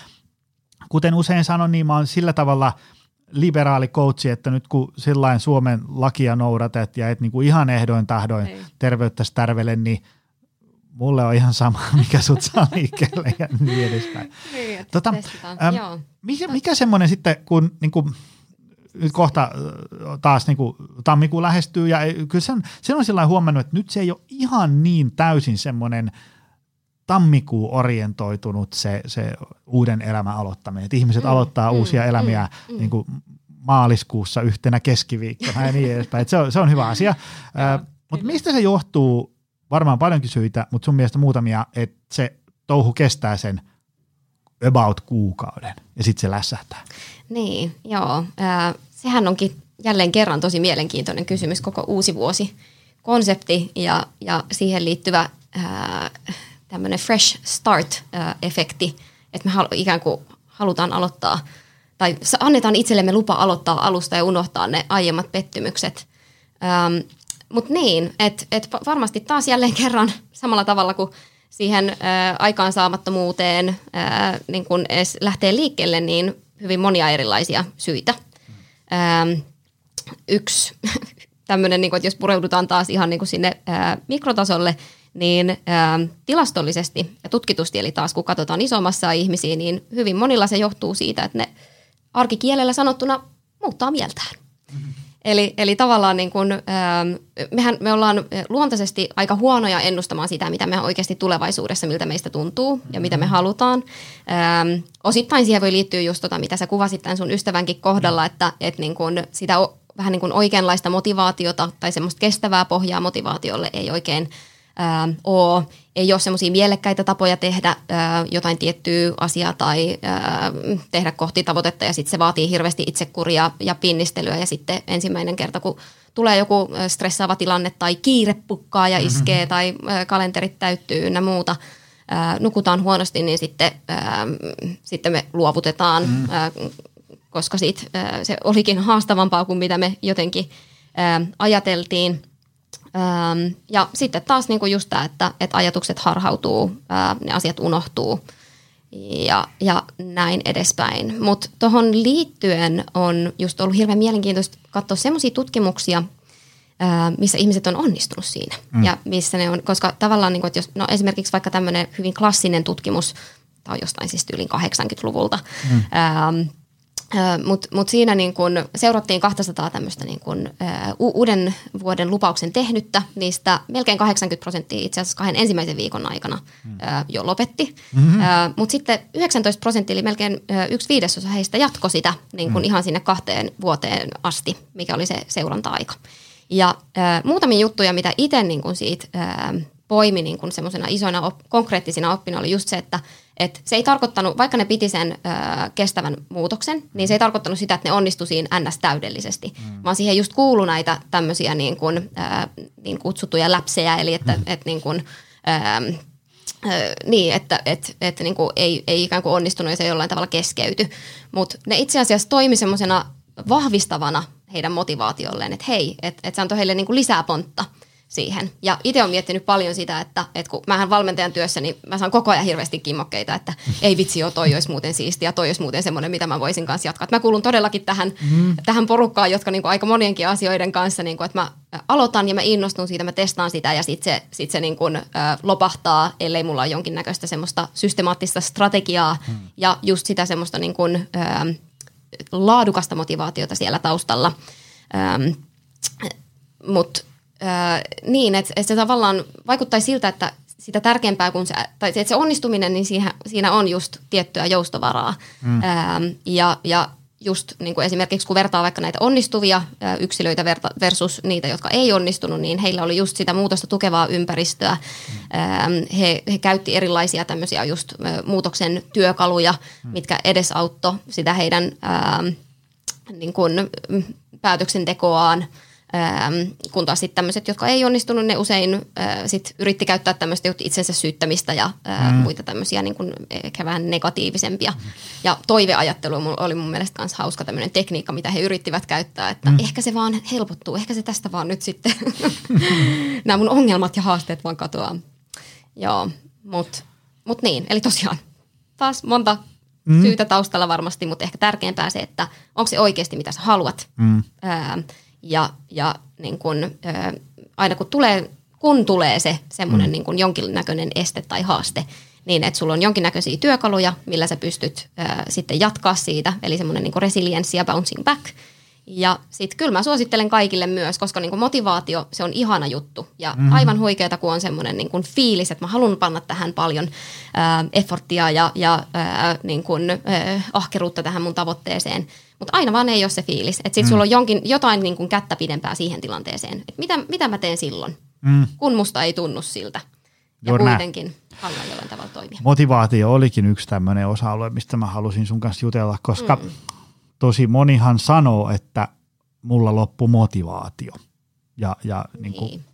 kuten usein sanon, niin mä oon sillä tavalla liberaali coachi, että nyt kun sillain Suomen lakia noudatet ja et niinku ihan ehdoin tahdoin Ei. terveyttäsi tärvele, niin mulle on ihan sama, mikä sut saa liikkeelle ja niin edespäin. Niin, tota, ähm, mikä, mikä semmoinen sitten, kun niinku, nyt kohta taas niinku, tammikuun lähestyy ja kyllä sen, sen on sillä huomannut, että nyt se ei ole ihan niin täysin semmoinen tammikuun orientoitunut se, se uuden elämän aloittaminen. Että ihmiset mm, aloittaa mm, uusia elämiä mm, mm. Niinku maaliskuussa yhtenä keskiviikkona ja niin edespäin. Et se, on, se on hyvä asia. äh, mutta mistä se johtuu? Varmaan paljonkin syitä, mutta sun mielestä muutamia, että se touhu kestää sen about kuukauden ja sitten se lässähtää. Niin, joo. Äh, sehän onkin jälleen kerran tosi mielenkiintoinen kysymys, koko uusi vuosi konsepti ja, ja siihen liittyvä äh, tämmöinen fresh start-efekti, että me halu, ikään kuin halutaan aloittaa tai annetaan itsellemme lupa aloittaa alusta ja unohtaa ne aiemmat pettymykset. Ähm, Mutta niin, että et varmasti taas jälleen kerran samalla tavalla kuin siihen ää, aikaansaamattomuuteen ää, niin kun edes lähtee liikkeelle, niin hyvin monia erilaisia syitä. Ähm, yksi tämmöinen, niin kuin, että jos pureudutaan taas ihan niin kuin sinne ää, mikrotasolle, niin ää, tilastollisesti ja tutkitusti, eli taas kun katsotaan isommassa ihmisiä, niin hyvin monilla se johtuu siitä, että ne arkikielellä sanottuna muuttaa mieltään. Mm-hmm. Eli, eli tavallaan niin kuin, ää, mehän, me ollaan luontaisesti aika huonoja ennustamaan sitä, mitä me oikeasti tulevaisuudessa, miltä meistä tuntuu mm-hmm. ja mitä me halutaan. Ää, osittain siihen voi liittyä just tota, mitä sä kuvasit tämän sun ystävänkin kohdalla, mm-hmm. että, että niin kuin sitä vähän niin kuin oikeanlaista motivaatiota tai semmoista kestävää pohjaa motivaatiolle ei oikein ää, ole. Ei ole semmoisia mielekkäitä tapoja tehdä ää, jotain tiettyä asiaa tai ää, tehdä kohti tavoitetta ja sitten se vaatii hirveästi itsekuria ja pinnistelyä ja sitten ensimmäinen kerta, kun tulee joku stressaava tilanne tai kiire pukkaa ja iskee mm-hmm. tai ää, kalenterit täyttyy ynnä muuta, ää, nukutaan huonosti, niin sitten, ää, sitten me luovutetaan mm-hmm. ää, koska siitä, ää, se olikin haastavampaa kuin mitä me jotenkin ää, ajateltiin. Ää, ja sitten taas niinku just tämä, että, että ajatukset harhautuu, ää, ne asiat unohtuu ja, ja näin edespäin. Mutta tuohon liittyen on just ollut hirveän mielenkiintoista katsoa semmoisia tutkimuksia, ää, missä ihmiset on onnistunut siinä. Mm. Ja missä ne on, koska tavallaan, niinku, että jos, no esimerkiksi vaikka tämmöinen hyvin klassinen tutkimus, tämä on jostain siis yli kahdeksankymmentäluvulta, mm. ää, Mutta mut siinä niin kun seurattiin kaksisataa tämmöistä niin kun, ää, u- uuden vuoden lupauksen tehnyttä. Niistä melkein kahdeksankymmentä prosenttia itse asiassa kahden ensimmäisen viikon aikana ää, jo lopetti. Mm-hmm. Mutta sitten yhdeksäntoista prosenttia, eli melkein ää, yksi viidesosa heistä jatkoi sitä niin kun mm. ihan sinne kahteen vuoteen asti, mikä oli se seuranta-aika. Ja ää, muutamia juttuja, mitä itse niin kun siitä ää, poimi niin kun semmoisena isoina op- konkreettisina oppina oli just se, että et se ei tarkoittanut, vaikka ne piti sen ö, kestävän muutoksen, niin se ei tarkoittanut sitä, että ne onnistui siinä ns. Täydellisesti, mm. vaan siihen just kuului näitä tämmöisiä niin, kuin, ö, niin kutsuttuja läpsejä, eli että mm. et, niin kuin, ö, ö, niin, että et, et, niin kuin ei, ei ikään kuin onnistunut ja se jollain tavalla keskeytyi, mutta ne itse asiassa toimi semmoisena vahvistavana heidän motivaatiolleen, että hei, että et se antoi heille niin kuin lisää pontta siihen. Ja itse olen miettinyt paljon sitä, että, että kun mähän valmentajan työssä, niin mä saan koko ajan hirveästi kimmokkeita, että ei vitsi joo, toi olisi muuten siistiä, toi olisi muuten semmoinen, mitä mä voisin kanssa jatkaa. Että mä kuulun todellakin tähän, mm. tähän porukkaan, jotka niin kuin aika monienkin asioiden kanssa, niin kuin, että mä aloitan ja mä innostun siitä, mä testaan sitä ja sitten se, sit se niin kuin, ö, lopahtaa, ellei mulla ole jonkinnäköistä semmoista systemaattista strategiaa mm. ja just sitä semmoista niin kuin, ö, laadukasta motivaatiota siellä taustalla. Mutta Öö, niin, että et se tavallaan vaikuttaisi siltä, että sitä tärkeämpää kuin se, tai että se onnistuminen, niin siihen, siinä on just tiettyä joustovaraa. Mm. Öö, ja, ja just niin kuin esimerkiksi kun vertaa vaikka näitä onnistuvia ö, yksilöitä verta, versus niitä, jotka ei onnistunut, niin heillä oli just sitä muutosta tukevaa ympäristöä. Mm. Öö, he, he käytti erilaisia tämmöisiä just ö, muutoksen työkaluja, mm. mitkä edesauttoi sitä heidän ö, niin kuin, päätöksentekoaan. Ähm, kun taas sitten tämmöiset, jotka ei onnistunut, ne usein äh, sit yritti käyttää tämmöistä itsensä syyttämistä ja äh, mm. muita tämmöisiä niin kuin ehkä vähän negatiivisempia. Mm. Ja toiveajattelu oli mun mielestä myös hauska tämmöinen tekniikka, mitä he yrittivät käyttää, että mm. ehkä se vaan helpottuu, ehkä se tästä vaan nyt sitten nämä mun ongelmat ja haasteet vaan katoaa. Joo, mutta mut niin, eli tosiaan taas monta mm. syytä taustalla varmasti, mutta ehkä tärkeämpää se, että onko se oikeasti mitä sä haluat. Mm. Ää, Ja, ja niin kun, ä, aina kun tulee, kun tulee se semmoinen mm. niin kun jonkinnäköinen este tai haaste, niin että sulla on jonkinnäköisiä työkaluja, millä sä pystyt ä, sitten jatkaa siitä, eli semmoinen niin kun resilienssi ja bouncing back. Ja sitten kyllä mä suosittelen kaikille myös, koska niin kun motivaatio, se on ihana juttu ja mm. aivan huikeeta, kun on semmoinen niin kun fiilis, että mä haluan panna tähän paljon ä, efforttia ja, ja ä, niin kun, ä, ahkeruutta tähän mun tavoitteeseen. Mutta aina vaan ei ole se fiilis. Että sitten mm. sulla on jonkin, jotain niin kuin kättä pidempää siihen tilanteeseen. Että mitä, mitä mä teen silloin, mm. kun musta ei tunnu siltä. Ja Juuri kuitenkin näin. Haluan jollain tavalla toimia. Motivaatio olikin yksi tämmöinen osa-alue, mistä mä halusin sun kanssa jutella, koska mm. tosi monihan sanoo, että mulla loppui motivaatio. Ja, ja niin kuin, niin.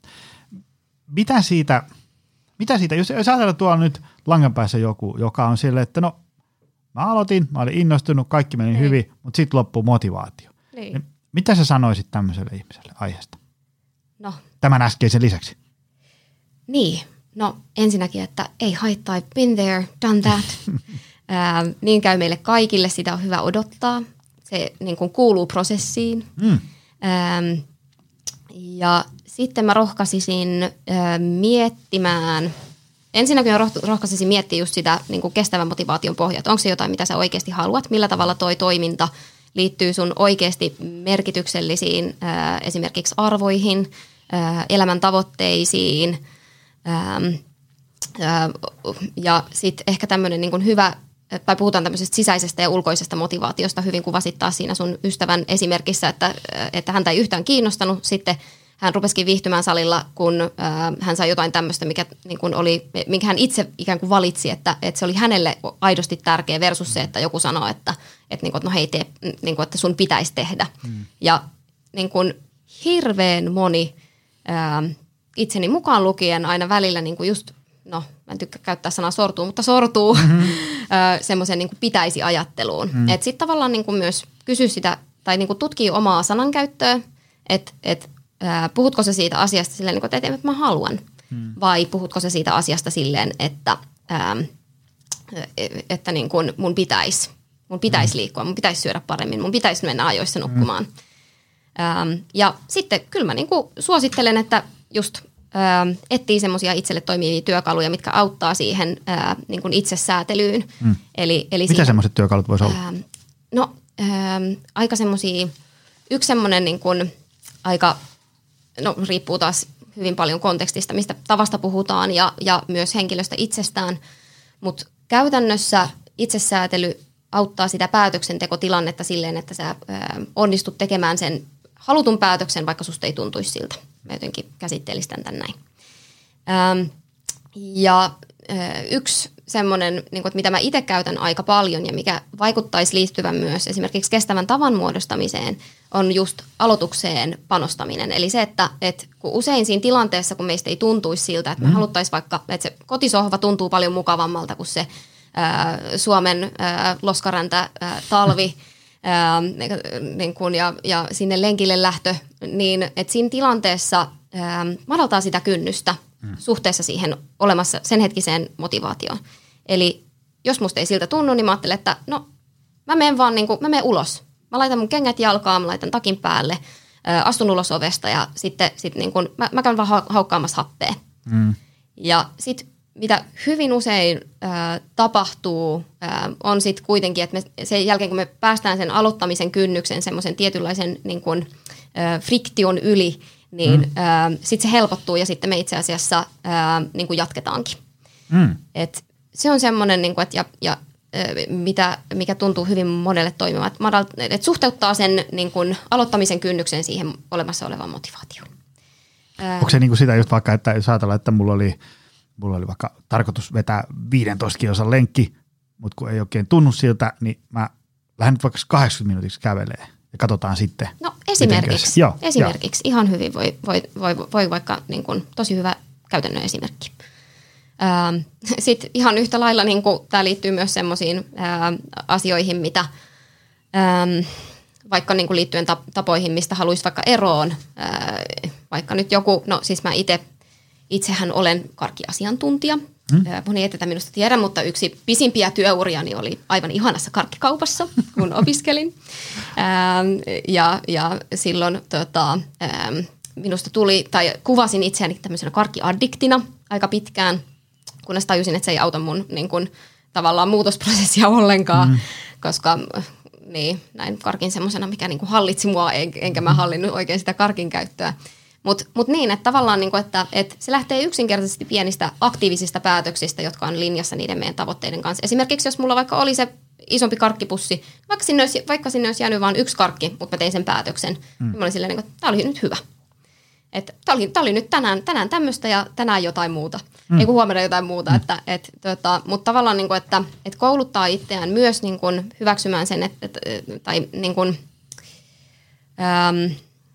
Mitä siitä, mitä siitä, jos, jos ajatellaan tuolla nyt langan päässä joku, joka on silleen, että no, mä aloitin, mä olin innostunut, kaikki meni niin. hyvin, mutta sitten loppuu motivaatio. Niin. Mitä sä sanoisit tämmöiselle ihmiselle aiheesta? No. Tämän äskeisen lisäksi. Niin, no ensinnäkin, että ei haittaa, I've been there, done that. Ää, niin käy meille kaikille, sitä on hyvä odottaa. Se niin kuin kuuluu prosessiin. Mm. Ää, ja sitten mä rohkaisisin ää, miettimään, ensinnäkin mä rohkaisisin miettiä just sitä niin kuin kestävän motivaation pohjaa. Onko se jotain, mitä sä oikeasti haluat? Millä tavalla toi toiminta liittyy sun oikeasti merkityksellisiin ää, esimerkiksi arvoihin, ää, elämän tavoitteisiin ää, ää, ja sitten ehkä tämmöinen niin kuin hyvä, tai puhutaan tämmöisestä sisäisestä ja ulkoisesta motivaatiosta, hyvin kuvasit taas siinä sun ystävän esimerkissä, että, että häntä ei yhtään kiinnostanut. Sitten hän rupesikin viihtymään salilla, kun ää, hän sai jotain tämmöistä, mikä, niin kuin oli, minkä hän itse ikään kuin valitsi, että, että se oli hänelle aidosti tärkeä versus se, että joku sanoo, että, että, niin kuin, että no hei, tee, niin kuin, että sun pitäisi tehdä. Mm. Ja niin kuin hirveän moni, ää, itseni mukaan lukien aina välillä niin kuin just, no mä en tykkää käyttää sanaa sortuu, mutta sortuu mm-hmm. semmoisen niin kuin pitäisi ajatteluun. Mm. Että sitten tavallaan niin kuin myös kysy sitä, tai niin kuin tutkii omaa sanankäyttöä, että et, puhutko sä siitä asiasta silleen, että, että mä haluan, mm. vai puhutko sä siitä asiasta silleen, että, ää, että niin kuin mun pitäisi, mun pitäisi mm. liikkua, mun pitäisi syödä paremmin, mun pitäisi mennä ajoissa nukkumaan. Mm. Ää, ja sitten kyllä mä niin kuin suosittelen, että just ää, etsii semmoisia itselle toimivia työkaluja, mitkä auttaa siihen ää, niin kuin itsesäätelyyn. Mm. Eli, eli mitä semmoiset työkalut voisi olla? Ää, no ää, aika semmoisia, yksi semmoinen niin kuin aika, no riippuu taas hyvin paljon kontekstista, mistä tavasta puhutaan ja, ja myös henkilöstä itsestään, mutta käytännössä itsesäätely auttaa sitä päätöksentekotilannetta silleen, että sä ää, onnistut tekemään sen halutun päätöksen, vaikka susta ei tuntuisi siltä. Mä jotenkin käsittelistän tämän näin. Ähm, ja äh, yksi semmoinen, niin kuin, mitä mä itse käytän aika paljon ja mikä vaikuttaisi liittyvän myös esimerkiksi kestävän tavan muodostamiseen, on just aloitukseen panostaminen. Eli se, että et, kun usein siinä tilanteessa, kun meistä ei tuntuisi siltä, että me mm. haluttaisiin vaikka, että se kotisohva tuntuu paljon mukavammalta kuin se äh, Suomen äh, loskaräntä äh, talvi, Ää, niin kun ja, ja sinne lenkille lähtö, niin että siinä tilanteessa ää, madaltaa sitä kynnystä mm. suhteessa siihen olemassa sen hetkiseen motivaatioon. Eli jos musta ei siltä tunnu, niin mä ajattelen, että no mä menen vaan niin kun, mä menen ulos. Mä laitan mun kengät jalkaan, mä laitan takin päälle, ää, astun ulos ovesta ja sitten sit niin kun, mä, mä käyn vaan haukkaamassa happea. Mm. Ja sitten mitä hyvin usein äh, tapahtuu, äh, on sitten kuitenkin, että me sen jälkeen kun me päästään sen aloittamisen kynnyksen semmoisen tietynlaisen niin kuin, äh, friktion yli, niin mm. äh, sitten se helpottuu ja sitten me itse asiassa äh, niin kuin jatketaankin. Mm. Et se on semmoinen, niin kuin, että ja, ja, äh, mitä, mikä tuntuu hyvin monelle toimimaan, että et suhteuttaa sen niin kuin, aloittamisen kynnyksen siihen olemassa olevaan motivaatioon. Äh, Onko se niin kuin sitä just vaikka, että jos ajatellaan, että mulla oli Mulla oli vaikka tarkoitus vetää viisitoista kilsan lenkki, mutta kun ei oikein tunnu siltä, niin mä lähden nyt vaikka kahdeksankymmentä minuutiksi kävelee ja katsotaan sitten. No esimerkiksi, joo, esimerkiksi joo. Ihan hyvin voi, voi, voi, voi vaikka niin kuin, tosi hyvä käytännön esimerkki. Ähm, sitten ihan yhtä lailla niin kuin, tämä liittyy myös semmoisiin äh, asioihin, mitä ähm, vaikka niin kuin liittyen tapoihin, mistä haluaisi vaikka eroon. Äh, vaikka nyt joku, no siis mä itse Itsehän olen karkkiasiantuntija. Hmm. Moni ei tätä minusta tiedä, mutta yksi pisimpiä työuriani oli aivan ihanassa karkkikaupassa, kun opiskelin. Ähm, ja, ja silloin tota, ähm, minusta tuli, tai kuvasin itseäni tämmöisenä karkkiaddiktina aika pitkään, kunnes tajusin, että se ei auta mun niin kun, tavallaan muutosprosessia ollenkaan, hmm. koska niin, näin karkin semmoisena, mikä niin kun hallitsi mua, en, enkä mä hallinnut oikein sitä karkin käyttöä. Mutta mut niin, että tavallaan niinku, että, että se lähtee yksinkertaisesti pienistä aktiivisista päätöksistä, jotka on linjassa niiden meidän tavoitteiden kanssa. Esimerkiksi jos mulla vaikka oli se isompi karkkipussi, vaikka sinne olisi, vaikka sinne olisi jäänyt vain yksi karkki, mutta mä tein sen päätöksen, mm. niin mä olin silleen, että tämä oli nyt hyvä. Että tämä oli, oli nyt tänään, tänään tämmöistä ja tänään jotain muuta. Mm. Ei kun huomenna jotain muuta. Mm. Että, et, tota, mutta tavallaan, niinku, että et kouluttaa itseään myös niinku, hyväksymään sen, että, et, tai niin kuin, ähm,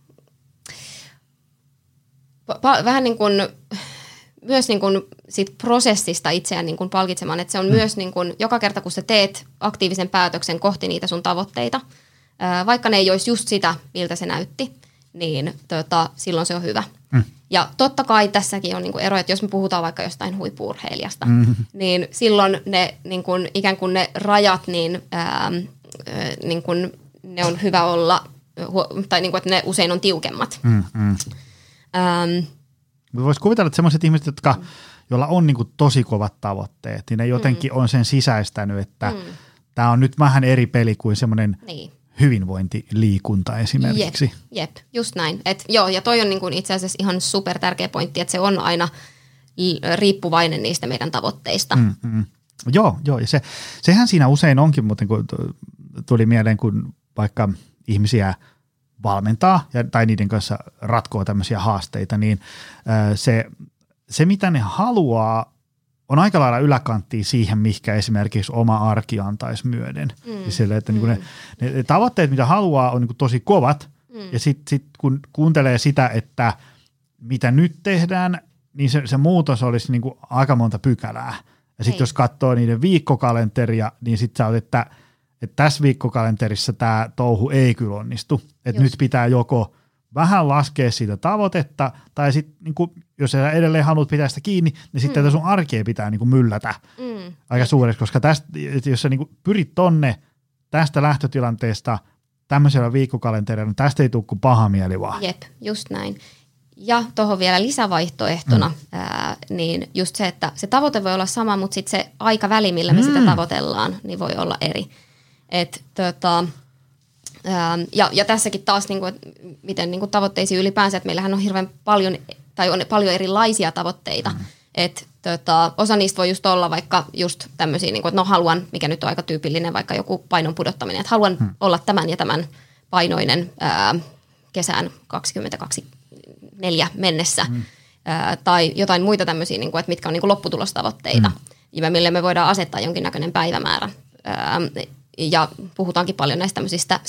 Pa- vähän niin kuin, myös niin kuin siitä prosessista itseään niin kuin palkitsemaan, että se on mm. myös niin kuin, joka kerta kun sä teet aktiivisen päätöksen kohti niitä sun tavoitteita, ää, vaikka ne ei olisi just sitä, miltä se näytti, niin tota, silloin se on hyvä. Mm. Ja totta kai tässäkin on niin kuin ero, että jos me puhutaan vaikka jostain huippu-urheilijasta, mm-hmm. niin silloin ne niin kuin, ikään kuin ne rajat, niin, ää, niin kuin, ne on hyvä olla, tai niin kuin, että ne usein on tiukemmat. Mm-hmm. Ähm, Voisi kuvitella, että sellaiset ihmiset, jotka, mm. joilla on niin kuin tosi kovat tavoitteet, niin ne jotenkin mm. on sen sisäistänyt, että mm. tämä on nyt vähän eri peli kuin semmoinen niin. hyvinvointiliikunta esimerkiksi. Jep, jep, just näin. Et joo, ja toi on niin kuin itse asiassa ihan super tärkeä pointti, että se on aina riippuvainen niistä meidän tavoitteista. Mm, mm. Joo, joo, ja se, sehän siinä usein onkin, muuten kun tuli mieleen, kun vaikka ihmisiä valmentaa ja, tai niiden kanssa ratkoo tämmöisiä haasteita, niin ö, se, se, mitä ne haluaa, on aika lailla yläkanttia siihen, mihinkä esimerkiksi oma arki antaisi myöden. Mm. Sille, että mm. niin ne, ne tavoitteet, mitä haluaa, on niin tosi kovat, mm. ja sitten sit, kun kuuntelee sitä, että mitä nyt tehdään, niin se, se muutos olisi niin aika monta pykälää. Ja sitten jos katsoo niiden viikkokalenteria, niin sitten sä oot, että että tässä viikkokalenterissa tämä touhu ei kyllä onnistu. Että nyt pitää joko vähän laskea siitä tavoitetta, tai sitten niin jos sä edelleen haluat pitää sitä kiinni, niin sitten mm. sun arkea pitää niin kuin myllätä mm. aika suureksi, koska tästä, jos sä niin kuin pyrit tonne tästä lähtötilanteesta tämmöisellä viikkokalenterilla, niin tästä ei tule kuin paha mieli vaan. Jep, just näin. Ja tuohon vielä lisävaihtoehtona, mm. ää, niin just se, että se tavoite voi olla sama, mutta sitten se aikaväli, millä me mm. sitä tavoitellaan, niin voi olla eri. Et, tota, ää, ja, ja tässäkin taas, niin kuin, että miten niin kuin tavoitteisiin ylipäänsä, että meillähän on hirveän paljon, tai on paljon erilaisia tavoitteita. Mm. Et, tota, osa niistä voi just olla vaikka just tämmöisiä, niin kuin, että no haluan, mikä nyt on aika tyypillinen, vaikka joku painon pudottaminen, että haluan mm. olla tämän ja tämän painoinen ää, kesään kaksikymmentäneljä mennessä. Mm. Ää, tai jotain muita tämmöisiä, niin kuin, että mitkä on niin kuin lopputulostavoitteita, mm. ja millä me voidaan asettaa jonkinnäköinen päivämäärä. Ää, Ja puhutaankin paljon näistä tämmöisistä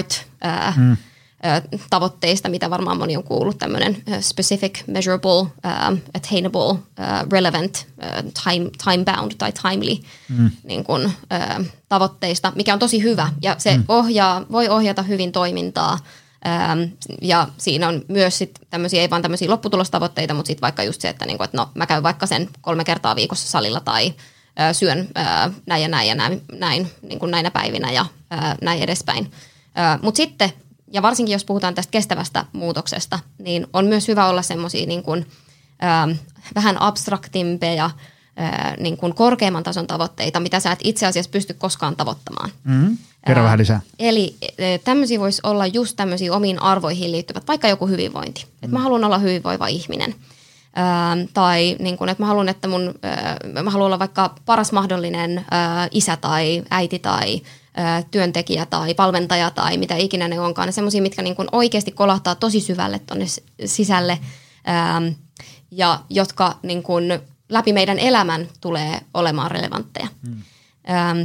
SMART-tavoitteista, mm. mitä varmaan moni on kuullut, tämmöinen specific, measurable, uh, attainable, uh, relevant, uh, time, time-bound tai timely mm. niin kun, uh, tavoitteista, mikä on tosi hyvä. Ja se mm. ohjaa, voi ohjata hyvin toimintaa. Um, ja siinä on myös sit tämmöisiä, ei vaan tämmöisiä lopputulostavoitteita, mutta sitten vaikka just se, että, niinku, että no, mä käyn vaikka sen kolme kertaa viikossa salilla tai syön ää, näin ja näin ja näin, näin niin kuin näinä päivinä ja ää, näin edespäin. Mutta sitten, ja varsinkin jos puhutaan tästä kestävästä muutoksesta, niin on myös hyvä olla semmoisia niin kuin, ää, vähän abstraktimpeja, ää, niin kuin korkeamman tason tavoitteita, mitä sä et itse asiassa pysty koskaan tavoittamaan. Mm-hmm. Kerro vähän lisää. Eli tämmöisiä voisi olla just tämmöisiä omiin arvoihin liittyvät, vaikka joku hyvinvointi. Mm. Että mä haluan olla hyvinvoiva ihminen. Ää, tai niin kun, että mä haluan, että mun, ää, mä haluan olla vaikka paras mahdollinen ää, isä tai äiti tai ää, työntekijä tai valmentaja tai mitä ikinä ne onkaan. Semmoisia, mitkä niin kun oikeasti kolahtaa tosi syvälle tonne sisälle ää, ja jotka niin kun läpi meidän elämän tulee olemaan relevantteja. Hmm. Ää,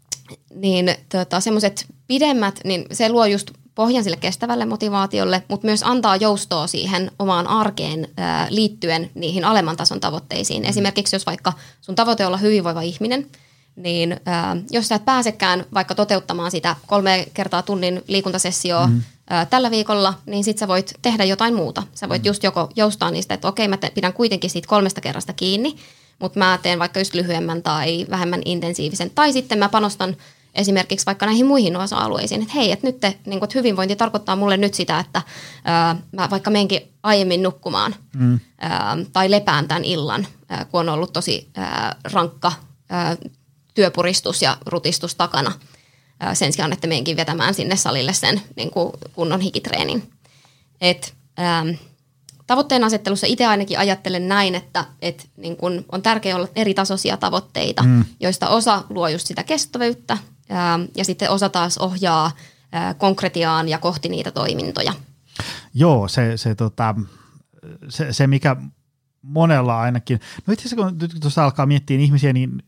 niin tota, semmoiset pidemmät, niin se luo just pohjan sille kestävälle motivaatiolle, mutta myös antaa joustoa siihen omaan arkeen ää, liittyen niihin alemman tason tavoitteisiin. Esimerkiksi jos vaikka sun tavoite on olla hyvinvoiva ihminen, niin ää, jos sä et pääsekään vaikka toteuttamaan sitä kolme kertaa tunnin liikuntasessioa mm. ää, tällä viikolla, niin sit sä voit tehdä jotain muuta. Sä voit mm. just joko joustaa niistä, että okei, mä te, pidän kuitenkin siitä kolmesta kerrasta kiinni, mutta mä teen vaikka just lyhyemmän tai vähemmän intensiivisen. Tai sitten mä panostan esimerkiksi vaikka näihin muihin osa-alueisiin, että hei, että nyt te, niin kuin, että hyvinvointi tarkoittaa mulle nyt sitä, että ää, mä vaikka menenkin aiemmin nukkumaan mm. ää, tai lepään tämän illan, ää, kun on ollut tosi ää, rankka ää, työpuristus ja rutistus takana ää, sen sijaan, että menenkin vetämään sinne salille sen niin kuin kunnon hikitreenin. Et, ää, tavoitteen asettelussa itse ainakin ajattelen näin, että et, niin kun on tärkeää olla eri tasoisia tavoitteita, mm. joista osa luo just sitä kestävyyttä ää, ja sitten osa taas ohjaa ää, konkretiaan ja kohti niitä toimintoja. Joo, se, se, tota, se, se mikä monella ainakin, no itse asiassa kun nyt tuossa alkaa miettiä ihmisiä, niin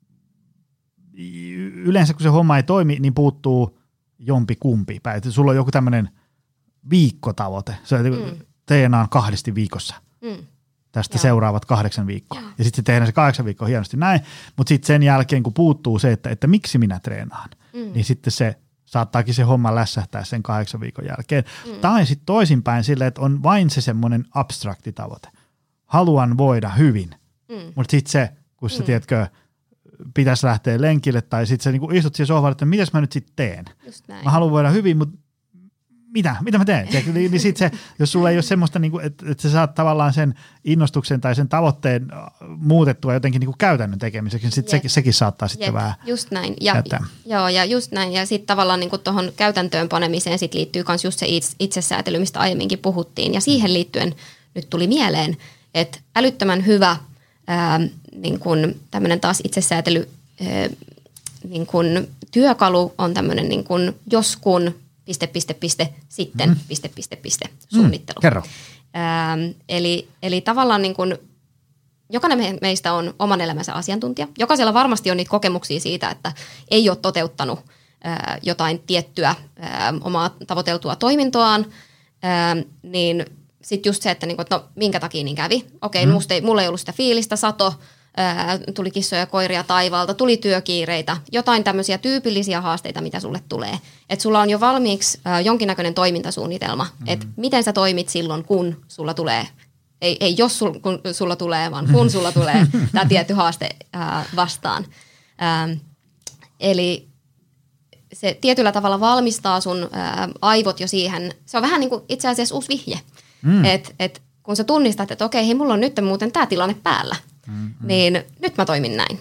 yleensä kun se homma ei toimi, niin puuttuu jompi kumpi päin. Sulla on joku tämmöinen viikkotavoite, se on mm. treenaan kahdesti viikossa. Mm. Tästä Joo. seuraavat kahdeksan viikkoa. Joo. Ja sitten se tehdään se kahdeksan viikkoa hienosti näin, mutta sitten sen jälkeen kun puuttuu se, että, että miksi minä treenaan, mm. niin sitten se, saattaakin se homma lässähtää sen kahdeksan viikon jälkeen. Mm. Tai sitten toisinpäin silleen, että on vain se semmoinen abstrakti tavoite. Haluan voida hyvin, mm. mutta sitten se, kun sä mm. tiedätkö, pitäisi lähteä lenkille tai sitten sä niinku istut siihen sohvalle, että mitäs mä nyt sitten teen. Mä haluan voida hyvin, mutta mitä? Mitä mä teen? Tiedätkö, niin sit se, jos sulla ei ole semmoista, niinku, että, että sä saat tavallaan sen innostuksen tai sen tavoitteen muutettua jotenkin niinku käytännön tekemiseksi, niin sitten se, sekin saattaa sitten Jep. vähän just näin. Ja, joo, ja just näin. Ja sitten tavallaan niinku tuohon käytäntöön panemiseen sit liittyy myös just se itsesäätely, mistä aiemminkin puhuttiin. Ja siihen liittyen nyt tuli mieleen, että älyttömän hyvä ää, niin kun tämmöinen taas itsesäätely ää, niin kun työkalu on tämmöinen niin kun jos kun piste, piste, piste, sitten, mm. piste, piste, piste, suunnittelu. Mm, kerro. Ähm, eli, eli tavallaan niin kuin, jokainen meistä on oman elämänsä asiantuntija. Jokaisella varmasti on niitä kokemuksia siitä, että ei ole toteuttanut äh, jotain tiettyä äh, omaa tavoiteltua toimintoaan, äh, niin sitten just se, että, niin kuin, että no minkä takia niin kävi. Okei, mm. musta ei, mulla ei ollut sitä fiilistä, sato, Ää, tuli kissoja ja koiria taivaalta, tuli työkiireitä, jotain tämmöisiä tyypillisiä haasteita, mitä sulle tulee. Että sulla on jo valmiiksi ää, jonkinnäköinen toimintasuunnitelma, mm-hmm. että miten sä toimit silloin, kun sulla tulee, ei, ei jos sul, kun sulla tulee, vaan kun sulla tulee tämä tietty haaste ää, vastaan. Ää, eli se tietyllä tavalla valmistaa sun ää, aivot jo siihen, se on vähän niin kuin itse asiassa uusi vihje, mm. että et, kun sä tunnistat, että okei, hei, mulla on nyt muuten tämä tilanne päällä. Mm-hmm. Niin nyt mä toimin näin.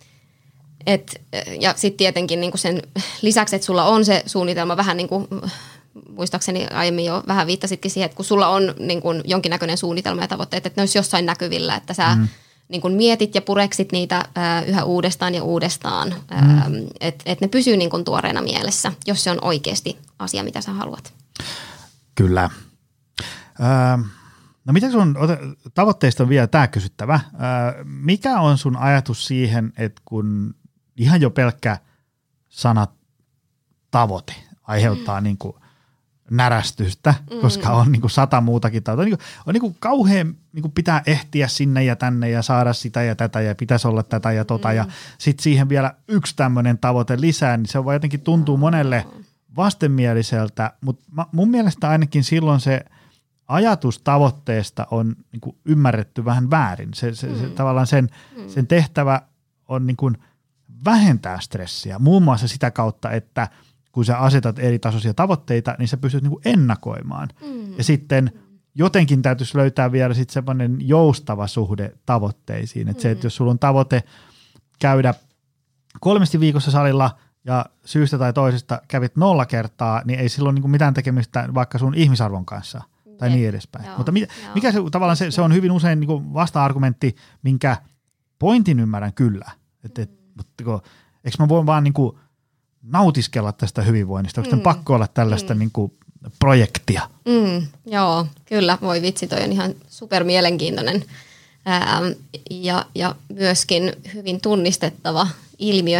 Et, ja sitten tietenkin niin sen lisäksi, että sulla on se suunnitelma vähän niin kuin, muistaakseni aiemmin jo vähän viittasitkin siihen, että kun sulla on niin kuin jonkinnäköinen suunnitelma ja tavoitteet, että ne olisi jossain näkyvillä, että sä mm-hmm. niin kuin mietit ja pureksit niitä ää, yhä uudestaan ja uudestaan, mm-hmm. että et ne pysyy niin kuin tuoreena mielessä, jos se on oikeasti asia, mitä sä haluat. Kyllä. Ähm. No mitä sun tavoitteista on vielä tämä kysyttävä? Mikä on sun ajatus siihen, että kun ihan jo pelkkä sana tavoite aiheuttaa mm. niin kuin närästystä, mm. koska on niin kuin sata muutakin tavoitetta. On, niin kuin, on niin kuin kauhean niin kuin pitää ehtiä sinne ja tänne ja saada sitä ja tätä ja pitäisi olla tätä ja tota mm. ja sitten siihen vielä yksi tämmöinen tavoite lisää, niin se voi jotenkin tuntuu monelle vastenmieliseltä, mutta mun mielestä ainakin silloin se ajatus tavoitteesta on niin kuin ymmärretty vähän väärin. Se, se, mm. se, tavallaan sen, mm. sen tehtävä on niin kuin vähentää stressiä, muun muassa sitä kautta, että kun sä asetat eri tasoisia tavoitteita, niin sä pystyt niin kuin ennakoimaan. Mm. Ja sitten jotenkin täytyisi löytää vielä sitten semmoinen joustava suhde tavoitteisiin. Että mm. se, että jos sulla on tavoite käydä kolmesti viikossa salilla ja syystä tai toisesta kävit nolla kertaa, niin ei silloin niin kuin mitään tekemistä vaikka sun ihmisarvon kanssa tai niin edespäin. Joo, mutta mit, mikä se tavallaan se, se on hyvin usein niin kuin vasta-argumentti, minkä pointin ymmärrän kyllä. Että et, mutta eikö mä voin vaan niin kuin nautiskella tästä hyvinvoinnista? Onko mm. pakko olla tällaista mm. niin kuin projektia? Mm, joo, kyllä. Voi vitsi, toi on ihan super mielenkiintoinen ää, ja, ja myöskin hyvin tunnistettava ilmiö.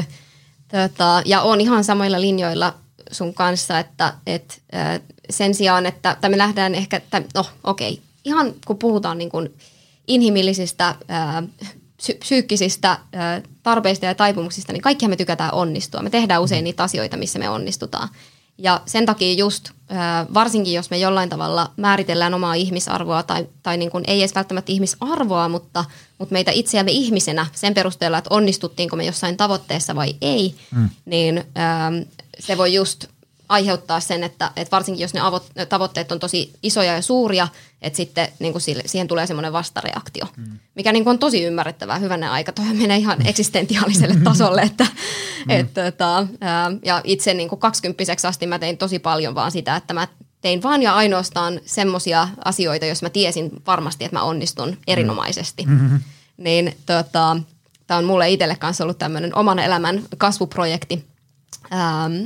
Tota, ja on ihan samoilla linjoilla sun kanssa, että et, ää, sen sijaan, että tai me lähdetään ehkä, tai, no okei, okay, ihan kun puhutaan niin kuin inhimillisistä ää, psy- psyykkisistä ää, tarpeista ja taipumuksista, niin kaikkihan me tykätään onnistua. Me tehdään usein niitä asioita, missä me onnistutaan. Ja sen takia just, ää, varsinkin jos me jollain tavalla määritellään omaa ihmisarvoa, tai, tai niin kuin ei edes välttämättä ihmisarvoa, mutta, mutta meitä itseämme ihmisenä sen perusteella, että onnistuttiinko me jossain tavoitteessa vai ei, mm. niin ää, se voi just aiheuttaa sen, että, että varsinkin jos ne avot, tavoitteet on tosi isoja ja suuria, että sitten niin kuin sille, siihen tulee semmoinen vastareaktio, mm. mikä niin kuin on tosi ymmärrettävää. Hyvänä aika, toi menee ihan eksistentiaaliselle tasolle. Että, mm. et, tota, ja itse niin kuin kaksikymppiseksi asti mä tein tosi paljon vaan sitä, että mä tein vaan ja ainoastaan semmoisia asioita, jos mä tiesin varmasti, että mä onnistun erinomaisesti. Mm-hmm. Niin tota, tämä on mulle itselle kanssa ollut tämmöinen oman elämän kasvuprojekti. Ähm,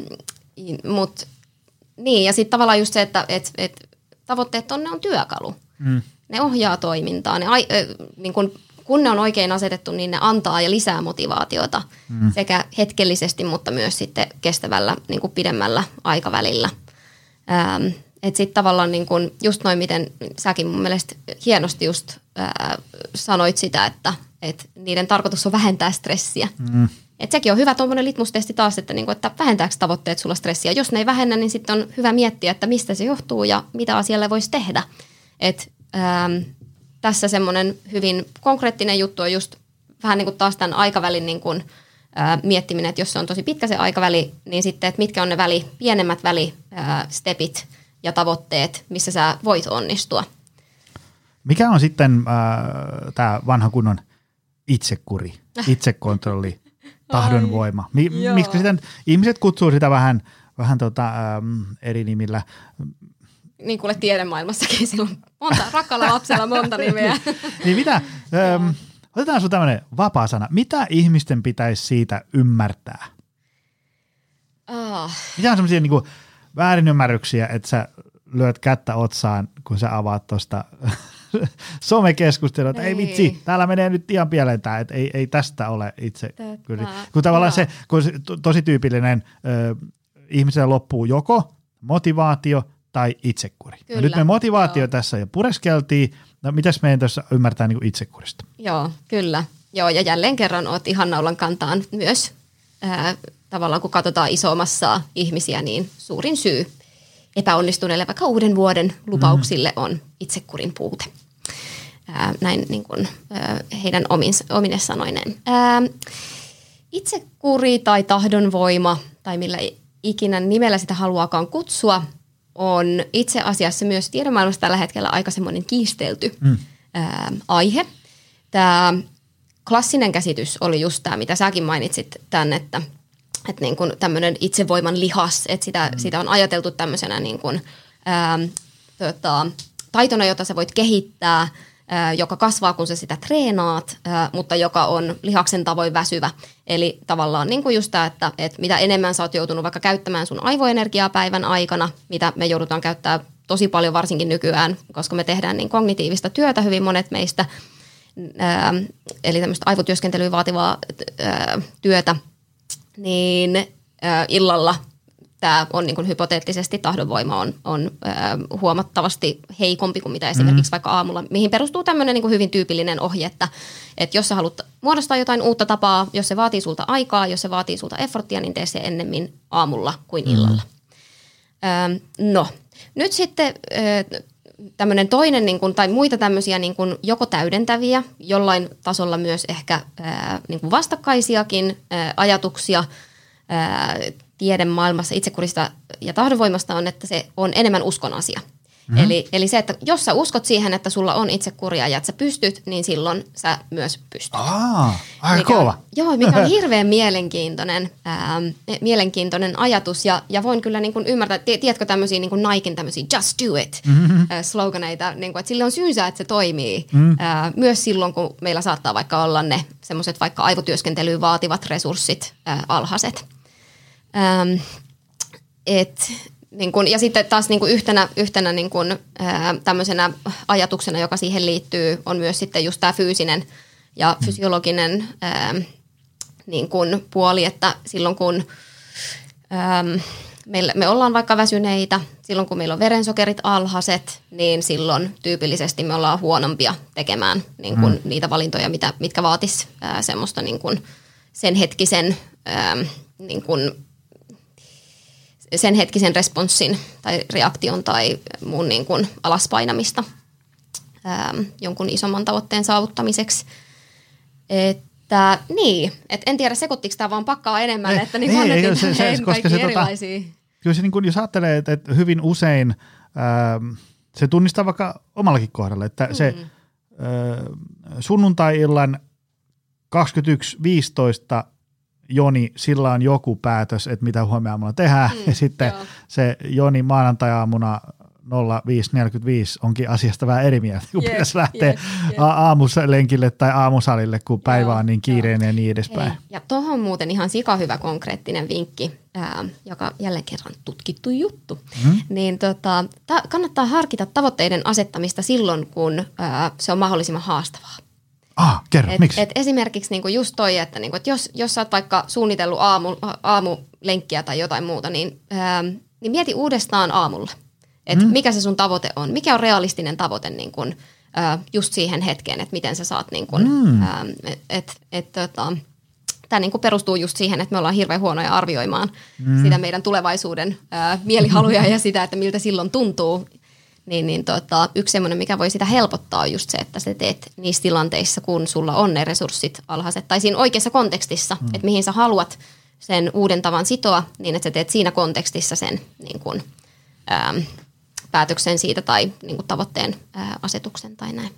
Mut, niin, ja sitten tavallaan just se, että et, et, tavoitteet on, ne on työkalu. Mm. Ne ohjaa toimintaa. Ne, äh, niin kun, kun ne on oikein asetettu, niin ne antaa ja lisää motivaatiota mm. sekä hetkellisesti, mutta myös sitten kestävällä niin kun pidemmällä aikavälillä. Ähm, että sitten tavallaan niin kun, just noin, miten säkin mun mielestä hienosti just äh, sanoit sitä, että et niiden tarkoitus on vähentää stressiä. Mm. Et sekin on hyvä tuommoinen litmustesti taas, että, niinku, että vähentääkö tavoitteet sulla stressiä. Jos ne ei vähennä, niin sitten on hyvä miettiä, että mistä se johtuu ja mitä asialle voisi tehdä. Et, ähm, tässä semmoinen hyvin konkreettinen juttu on just vähän niin kuin taas tämän aikavälin niin kuin, ää, miettiminen, että jos se on tosi pitkä se aikaväli, niin sitten, että mitkä on ne väli, pienemmät välistepit ja tavoitteet, missä sä voit onnistua. Mikä on sitten äh, tämä vanha kunnon itsekuri, itsekontrolli, tahdonvoima? Mi- miksi sitä, ihmiset kutsuu sitä vähän, vähän tota, ähm, eri nimillä. Niin kuule tiedemaailmassakin silloin monta, rakkaalla lapsella monta nimeä. Niin mitä, ähm, otetaan sun tämmöinen vapaa sana. Mitä ihmisten pitäisi siitä ymmärtää? Oh. Mitä on semmoisia niin kuin väärinymmärryksiä, että sä lyöt kättä otsaan, kun sä avaat tuosta somekeskustelua, että ei vitsi, täällä menee nyt ihan pieleen tämä, että ei, ei tästä ole itse. Kyllä. Kun tavallaan se, kun se tosi tyypillinen ö, ihmisellä loppuu joko motivaatio tai itsekuri. Ja nyt me motivaatio joo. tässä jo pureskeltiin. No mitäs meidän tuossa ymmärtää niin kuin itsekurista? Joo, kyllä. Joo, ja jälleen kerran oot ihan naulan kantaan myös. Ää, tavallaan kun katsotaan isoa massaa ihmisiä, niin suurin syy epäonnistuneille vaikka uuden vuoden lupauksille on itsekurin puute. Ää, näin niin kuin, ää, heidän omin, omine sanoineen. Ää, itsekuri tai tahdonvoima, tai millä ikinä nimellä sitä haluaakaan kutsua, on itse asiassa myös tiedemaailmassa tällä hetkellä aika semmoinen kiistelty mm. ää, aihe. Tämä klassinen käsitys oli just tämä, mitä säkin mainitsit tämän, että että niin kuin tämmöinen itsevoiman lihas, että sitä, mm. sitä on ajateltu tämmöisenä niin kuin, ää, tota, taitona, jota sä voit kehittää, ää, joka kasvaa, kun sä sitä treenaat, ää, mutta joka on lihaksen tavoin väsyvä. Eli tavallaan niin kuin just tämä, että, että mitä enemmän sä oot joutunut vaikka käyttämään sun aivoenergiaa päivän aikana, mitä me joudutaan käyttää tosi paljon varsinkin nykyään, koska me tehdään niin kognitiivista työtä hyvin monet meistä, ää, eli tämmöistä aivotyöskentelyä vaativaa ää, työtä, niin äh, illalla tämä on niin kuin hypoteettisesti tahdonvoima on, on äh, huomattavasti heikompi kuin mitä esimerkiksi mm. vaikka aamulla, mihin perustuu tämmöinen niin kuin hyvin tyypillinen ohje, että, että jos sä haluat muodostaa jotain uutta tapaa, jos se vaatii sulta aikaa, jos se vaatii sulta efforttia, niin tee se ennemmin aamulla kuin illalla. Mm. Ähm, no, nyt sitten äh, tämmöinen toinen niin kuin, tai muita tämmöisiä niin kuin joko täydentäviä, jollain tasolla myös ehkä ää, niin kuin vastakkaisiakin ää, ajatuksia ää, tiedemaailmassa itsekurista ja tahdonvoimasta on, että se on enemmän uskon asia. Mm-hmm. Eli, eli se, että jos sä uskot siihen, että sulla on itsekuria ja että sä pystyt, niin silloin sä myös pystyt. Aa, aika kova. Joo, mikä on hirveän mielenkiintoinen, ää, mielenkiintoinen ajatus ja, ja voin kyllä niin kuin ymmärtää, tiedätkö tämmöisiä niin kuin Niken tämmöisiä just do it mm-hmm. ää, sloganeita, niin kuin, että sille on syynsä, että se toimii. Mm. Ää, myös silloin, kun meillä saattaa vaikka olla ne semmoiset vaikka aivotyöskentelyyn vaativat resurssit ää, alhaiset. Ähm, et... Niin kun, ja sitten taas niin kun yhtenä, yhtenä niin kun, ää, tämmöisenä ajatuksena, joka siihen liittyy, on myös sitten just tämä fyysinen ja fysiologinen ää, niin kun puoli, että silloin kun ää, meillä, me ollaan vaikka väsyneitä, silloin kun meillä on verensokerit alhaiset, niin silloin tyypillisesti me ollaan huonompia tekemään niin kun, mm. niitä valintoja, mitä, mitkä vaatis ää, semmoista niin kun sen hetkisen ää, niin kun, sen hetkisen responssin tai reaktion tai muun niin kuin alaspainamista ää, jonkun isomman tavoitteen saavuttamiseksi. Että niin, et en tiedä sekoittiko tämä vaan pakkaa enemmän, ei, että niin ei, ei, se, se, kaikki se, erilaisia. Tota, kyllä se niin kuin, jos ajattelee, että, että hyvin usein ää, se tunnistaa vaikka omallakin kohdalla, että mm. se ää, sunnuntai-illan kaksikymmentäyksi viisitoista Joni, sillä on joku päätös, että mitä huomenna tehdään, mm, ja sitten joo. se Joni maanantai-aamuna nolla viisi neljäkymmentäviisi onkin asiasta vähän eri mieltä, kun yep, pitäisi lähteä yep, yep. aamuslenkille tai aamusalille, kun päivä on niin kiireinen ja niin edespäin. Hei. Ja tuohon muuten ihan sikahyvä konkreettinen vinkki, ää, joka jälleen kerran tutkittu juttu, mm. niin tota, ta- kannattaa harkita tavoitteiden asettamista silloin, kun ää, se on mahdollisimman haastavaa. Ah, kerro, et, miksi? Et esimerkiksi niinku just toi, että niinku, et jos, jos sä oot vaikka suunnitellut aamu, aamulenkkiä tai jotain muuta, niin, ää, niin mieti uudestaan aamulla, että mm. mikä se sun tavoite on, mikä on realistinen tavoite niin kun, ää, just siihen hetkeen, että miten sä saat, niin kun, mm. ää, et, et, tota, tämä niin kuin perustuu just siihen, että me ollaan hirveän huonoja arvioimaan mm. sitä meidän tulevaisuuden ää, mielihaluja ja sitä, että miltä silloin tuntuu. Niin, niin tota, yksi semmoinen, mikä voi sitä helpottaa on just se, että sä teet niissä tilanteissa, kun sulla on ne resurssit alhaiset. Tai siinä oikeassa kontekstissa, mm. että mihin sä haluat sen uuden tavan sitoa, niin että sä teet siinä kontekstissa sen niin kuin, ää, päätöksen siitä tai niin kuin tavoitteen ää, asetuksen tai näin.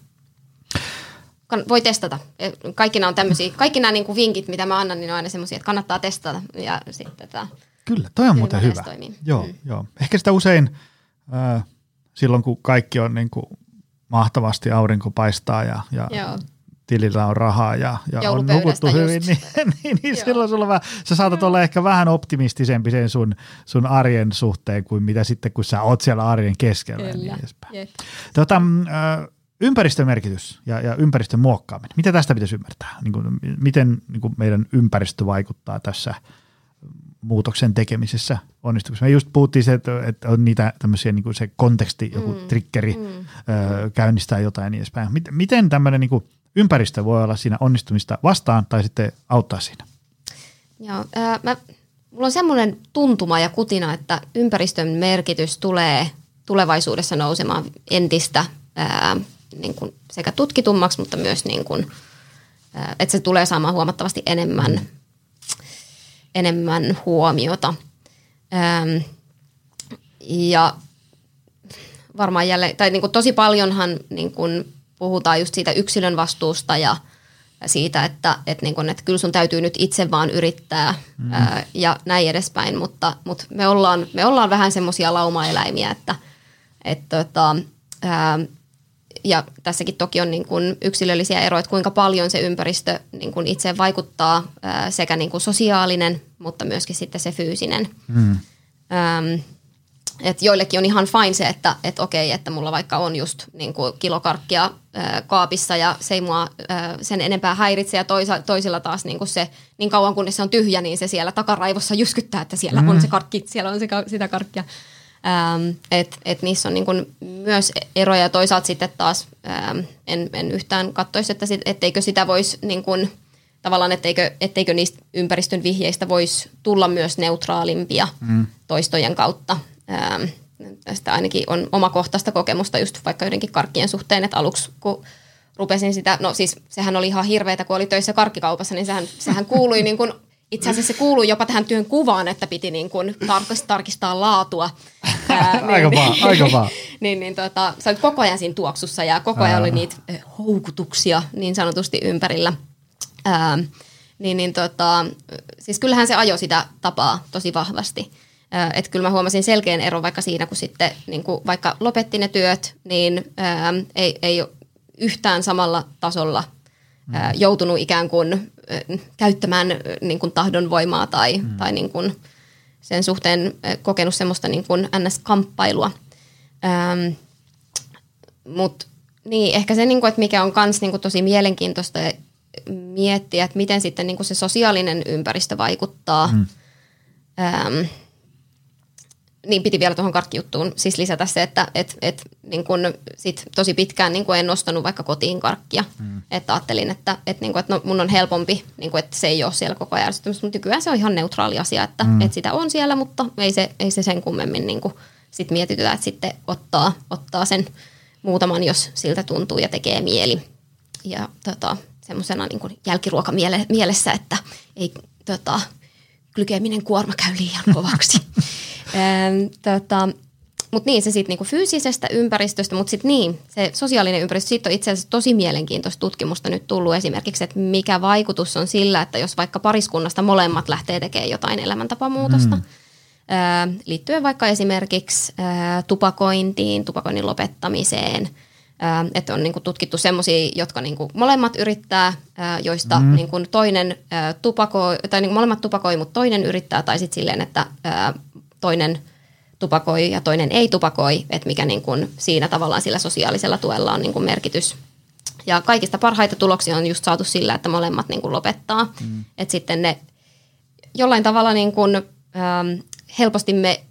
Voi testata. Kaikki nämä on tämmöisiä, kaikki nämä niin kuin vinkit, mitä mä annan, niin on aina semmoisia, että kannattaa testata. Ja sitten tämä Kyllä, toi on muuten hyvä. Joo, mm. joo. Ehkä sitä usein äh, silloin, kun kaikki on niin kuin mahtavasti, aurinko paistaa ja, ja tilillä on rahaa ja, ja on nukuttu hyvin, niin, niin, niin silloin sulla vähän, sä saatat olla ehkä vähän optimistisempi sen sun, sun arjen suhteen kuin mitä sitten, kun sä oot siellä arjen keskellä. Ja niin edespäin. Tota, äh, Ympäristön merkitys ja, ja ympäristön muokkaaminen. Mitä tästä pitäisi ymmärtää? Niin kuin, miten niin kuin meidän ympäristö vaikuttaa tässä muutoksen tekemisessä onnistuksessa? Me just puhuttiin se, että, että on niitä tämmöisiä niin kuin se konteksti, joku mm. triggeri mm. Ö, käynnistää jotain ja niin edespäin. Miten tämmöinen niin kuin ympäristö voi olla siinä onnistumista vastaan tai sitten auttaa siinä? Joo, äh, mä, mulla on semmoinen tuntuma ja kutina, että ympäristön merkitys tulee tulevaisuudessa nousemaan entistä ää, niin kuin sekä tutkitummaksi, mutta myös niin kuin, ää, että se tulee saamaan huomattavasti enemmän, enemmän huomiota. Ähm, ja varmaan jälleen, tai niin kuin tosi paljonhan niin kuin puhutaan just siitä yksilön vastuusta ja siitä, että, että, niin kuin, että kyllä sun täytyy nyt itse vaan yrittää mm. ää, ja näin edespäin, mutta, mutta me, ollaan, me ollaan vähän semmoisia laumaeläimiä, että, että tota, ää, ja tässäkin toki on niin kuin yksilöllisiä eroja, että kuinka paljon se ympäristö niin kuin itse vaikuttaa, ää, sekä niin kuin sosiaalinen, mutta myöskin sitten se fyysinen. Mm. Ähm, että joillekin on ihan fine se, että et okei, että mulla vaikka on just niin kuin kilo karkkia ää, kaapissa ja se ei mua ää, sen enempää häiritse ja toisa, toisilla taas niin kuin se, niin kauan kunnes se on tyhjä, niin se siellä takaraivossa jyskyttää, että siellä mm. on se karkki, siellä on se, sitä karkkia. Ähm, että et niissä on niin kuin myös eroja ja toisaalta sitten taas ähm, en, en yhtään katsoisi, että sit, etteikö sitä voisi niin kuin, tavallaan, etteikö, etteikö niistä ympäristön vihjeistä voisi tulla myös neutraalimpia mm. toistojen kautta. Ähm, tästä ainakin on omakohtaista kokemusta just vaikka joidenkin karkkien suhteen, että aluksi kun rupesin sitä, no siis sehän oli ihan hirveätä, kun oli töissä karkkikaupassa, niin sehän, sehän kuului niin kuin, itse asiassa se kuului jopa tähän työn kuvaan, että piti niin kuin tarkistaa, tarkistaa laatua. Ää, niin, aika vaan, aika vaan. niin, niin tota, sä olit koko ajan siinä tuoksussa ja koko ajan Ää. oli niitä houkutuksia niin sanotusti ympärillä. Ää, niin, niin tota, siis kyllähän se ajoi sitä tapaa tosi vahvasti. Että kyllä mä huomasin selkeän eron vaikka siinä, kun sitten niin kun vaikka lopetti ne työt, niin ää, ei, ei ole yhtään samalla tasolla ää, joutunut ikään kuin ää, käyttämään ää, niin kuin tahdonvoimaa tai, mm. tai niin kuin sen suhteen ää, kokenut semmoista niin kuin N S-kamppailua. Mutta niin, ehkä se, niin kuin, että mikä on myös niin kuin tosi mielenkiintoista miettiä, että miten sitten niin kuin se sosiaalinen ympäristö vaikuttaa. Mm. Ähm, Niin piti vielä tuohon karkkijuttuun siis lisätä se, että et, et, niin kun sit tosi pitkään niin kun en nostanut vaikka kotiin karkkia. Mm. Että ajattelin, että et, niin kun, et no, mun on helpompi, niin kun, että se ei ole siellä koko ajan. Mutta nykyään se on ihan neutraali asia, että mm. et sitä on siellä, mutta ei se, ei se sen kummemmin niin kun sit mietitytä, että sitten ottaa, ottaa sen muutaman, jos siltä tuntuu ja tekee mieli. Ja tota, semmoisena niin kun jälkiruoka mielessä, että ei tota, glykeminen kuorma käy liian kovaksi. Ähm, tota, mutta niin, se sitten niinku fyysisestä ympäristöstä, mutta sitten niin, se sosiaalinen ympäristö, siitä on itse asiassa tosi mielenkiintoista tutkimusta nyt tullut esimerkiksi, että mikä vaikutus on sillä, että jos vaikka pariskunnasta molemmat lähtee tekemään jotain elämäntapamuutosta, mm. ää, liittyen vaikka esimerkiksi ää, tupakointiin, tupakoinnin lopettamiseen, ää, että on niinku tutkittu semmoisia, jotka niinku molemmat yrittää, ää, joista mm. niinku toinen ää, tupakoi, tai niinku molemmat tupakoi, mutta toinen yrittää, tai sitten silleen, että ää, toinen tupakoi ja toinen ei tupakoi, että mikä niin kuin siinä tavallaan sillä sosiaalisella tuella on niin kuin merkitys. Ja kaikista parhaita tuloksia on just saatu sillä, että molemmat niin kuin lopettaa. Mm. Että sitten ne jollain tavalla niin kuin, ähm, helposti me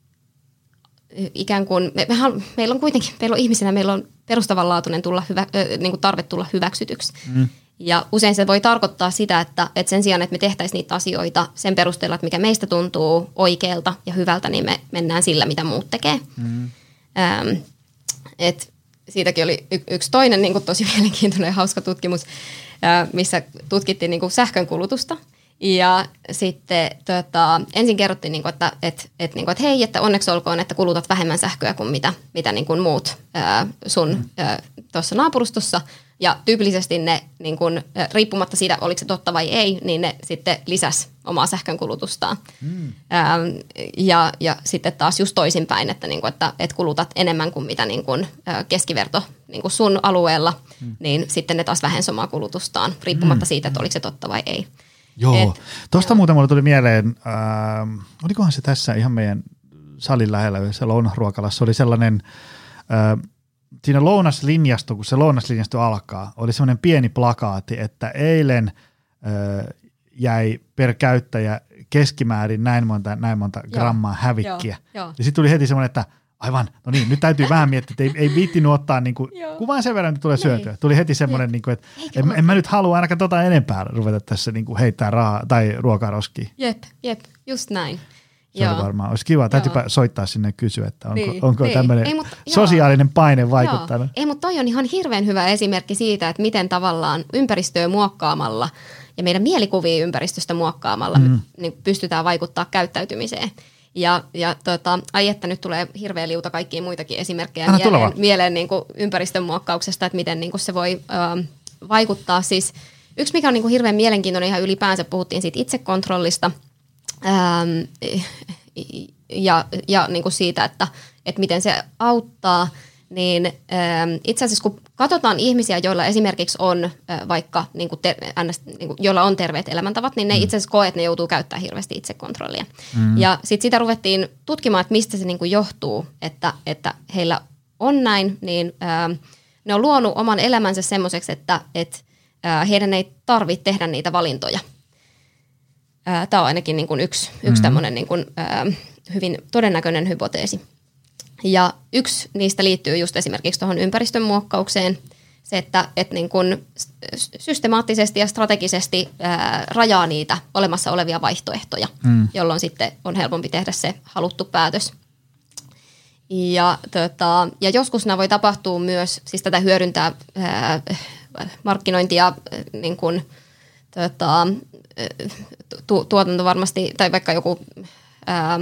ikään kuin, me, mehän, meillä on kuitenkin, meillä on ihmisinä, meillä on perustavanlaatuinen tulla hyvä, äh, niin kuin tarve tulla hyväksytyksi. Mm. Ja usein se voi tarkoittaa sitä, että, että sen sijaan, että me tehtäisiin niitä asioita sen perusteella, että mikä meistä tuntuu oikealta ja hyvältä, niin me mennään sillä, mitä muut tekee. Mm. Ähm, et siitäkin oli y- yksi toinen niin kuin tosi mielenkiintoinen ja hauska tutkimus, äh, missä tutkittiin niin kuin sähkönkulutusta. Ja sitten tota, ensin kerrottiin, niin kuin, että, että, että, niin kuin, että hei, että onneksi olkoon, että kulutat vähemmän sähköä kuin mitä, mitä niin kuin muut ää, sun tuossa naapurustossa. Ja tyypillisesti ne, niin kuin, riippumatta siitä, oliko se totta vai ei, niin ne sitten lisäs omaa sähkönkulutustaan. Mm. Ää, ja, ja sitten taas just toisinpäin, että, niin kuin, että, että kulutat enemmän kuin mitä niin kuin, keskiverto niin kuin sun alueella, mm. niin sitten ne taas vähensi omaa kulutustaan, riippumatta mm. siitä, että oliko se totta vai ei. Joo, tuosta muuten mulle tuli mieleen, äh, olikohan se tässä ihan meidän salin lähellä yhdessä lounasruokalassa, oli sellainen, äh, siinä lounaslinjasto, kun se lounaslinjasto alkaa, oli sellainen pieni plakaatti, että eilen äh, jäi per käyttäjä keskimäärin näin monta, näin monta grammaa joo, hävikkiä. Jo, jo. Ja sitten tuli heti semmoinen, että aivan, no niin, nyt täytyy vähän miettiä, että ei, ei viittinyt ottaa niinku, kuvaan sen verran, että tulee syötyä. Niin. Tuli heti semmoinen, niinku, että en, en mä nyt halua ainakaan tota enempää ruveta tässä niinku heittää rahaa tai ruokaa roskiin. Jep, jep, just näin. Se joo. oli varmaan, olisi kiva, täytyypä soittaa sinne ja kysyä, että onko, niin, onko niin. tämmöinen ei, mutta, sosiaalinen paine vaikuttanut. Joo. Ei, mutta toi on ihan hirveän hyvä esimerkki siitä, että miten tavallaan ympäristöä muokkaamalla ja meidän mielikuvia ympäristöstä muokkaamalla mm. niin pystytään vaikuttaa käyttäytymiseen. Ja, ja tota, ai että nyt tulee hirveä liuta kaikkia muitakin esimerkkejä Anna mieleen, mieleen niin kuin ympäristön muokkauksesta, että miten niin kuin se voi ö, vaikuttaa. Siis yksi, mikä on niin kuin hirveän mielenkiintoinen ihan ylipäänsä, puhuttiin siitä itsekontrollista ähm, ja, ja niin kuin siitä, että, että miten se auttaa. Niin ähm, itse asiassa kun katsotaan ihmisiä, joilla esimerkiksi on äh, vaikka, niin kuin ter- ns, niin kuin, joilla on terveet elämäntavat, niin ne mm. itse asiassa koe, että ne joutuu käyttämään hirveästi itsekontrollia. Mm. Ja sitten sitä ruvettiin tutkimaan, että mistä se niin kuin johtuu, että, että heillä on näin, niin ähm, ne on luonut oman elämänsä semmoiseksi, että et, äh, heidän ei tarvitse tehdä niitä valintoja. Äh, Tämä on ainakin niin kuin yksi, yksi mm. tämmöinen niin kuin, äh, hyvin todennäköinen hypoteesi. Ja yksi niistä liittyy just esimerkiksi tuohon ympäristön muokkaukseen, se, että et niin kun systemaattisesti ja strategisesti ää, rajaa niitä olemassa olevia vaihtoehtoja, mm. jolloin sitten on helpompi tehdä se haluttu päätös. Ja, tota, ja joskus nämä voi tapahtua myös, siis tätä hyödyntää ää, markkinointia, niin kun, tota, tu, tuotanto varmasti, tai vaikka joku... Ää,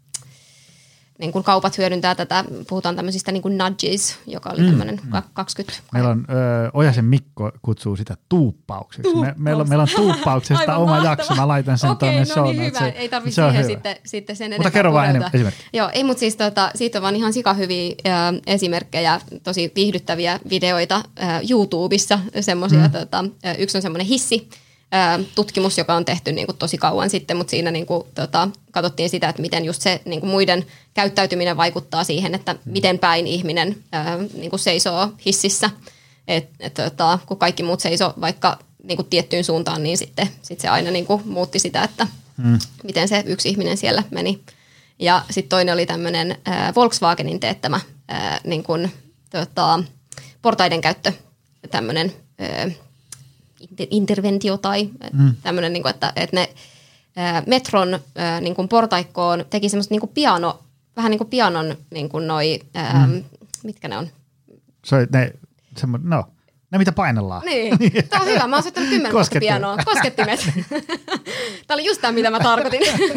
niin kuin kaupat hyödyntää tätä, puhutaan tämmöisistä niin kuin nudges, joka oli tämmöinen mm, kaksikymmentä. Meillä on, ö, Ojasen Mikko kutsuu sitä tuuppaukseksi. Me, meillä, on, meillä on tuuppauksesta oma jakso, mä laitan sen okay, tuonne no show. niin, hyvä. Se, ei tarvitse se siihen sitten, sitten sen enempää. Mutta kerro vaan enemmän esimerkki. Joo, ei, mutta siis tota, siitä on vaan ihan sikahyviä äh, esimerkkejä, tosi viihdyttäviä videoita äh, YouTubessa. Semmosia, mm. tota, äh, yksi on semmoinen hissi. tutkimus, joka on tehty niin kuin tosi kauan sitten, mutta siinä niin kuin, tota, katsottiin sitä, että miten just se niin kuin muiden käyttäytyminen vaikuttaa siihen, että miten päin ihminen ää, niin kuin seisoo hississä. Et, et, tota, kun kaikki muut seisoo vaikka niin kuin tiettyyn suuntaan, niin sitten sit se aina niin kuin muutti sitä, että hmm. miten se yksi ihminen siellä meni. Ja sitten toinen oli tämmöinen ää, Volkswagenin teettämä ää, niin kuin, tota, portaiden käyttö, tämmöinen ää, interventio tai mm. tämmöinen, niin kuin, että, että ne ää, metron ää, niin kuin portaikkoon teki semmoista niin kuin piano, vähän niin kuin pianon niin kuin noi, ää, mm. mitkä ne on? Se on ne, semmoinen, no, ne mitä painellaan. Niin, tämä on hyvä. Mä oon soittanut kymmenen vuotta pianoa. Koskettimet. Tämä oli just tämä, mitä mä tarkoitin.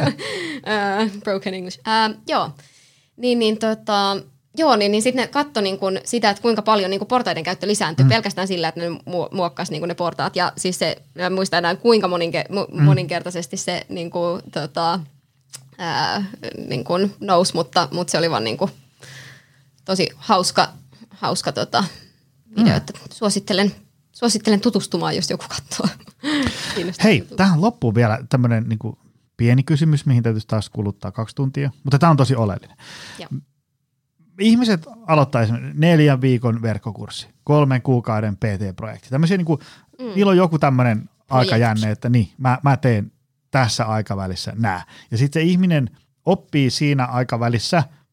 uh, broken English. Uh, joo, niin, niin tota... Joo, niin, niin sitten ne katsoi niin kun sitä, että kuinka paljon niin kun portaiden käyttö lisääntyy mm. pelkästään sillä, että ne muokkasi niin kun ne portaat. Ja siis se, en muista enää kuinka moninke, mm. moninkertaisesti se niin kun, tota, ää, niin kun nousi, mutta, mutta se oli vaan niin kun tosi hauska, hauska tota, video, mm. että suosittelen, suosittelen tutustumaan, jos joku katsoo. Hei, tähän loppuu vielä tämmöinen niin kuin pieni kysymys, mihin täytyisi taas kuluttaa kaksi tuntia, mutta tämä on tosi oleellinen. Joo. Ihmiset aloittaa esimerkiksi neljän viikon verkkokurssi, kolmen kuukauden P T-projekti. Tämmöisiä niin kuin, mm. niillä on joku tämmöinen aikajänne, että niin, mä, mä teen tässä aikavälissä nää. Ja sitten se ihminen oppii siinä aikavälissä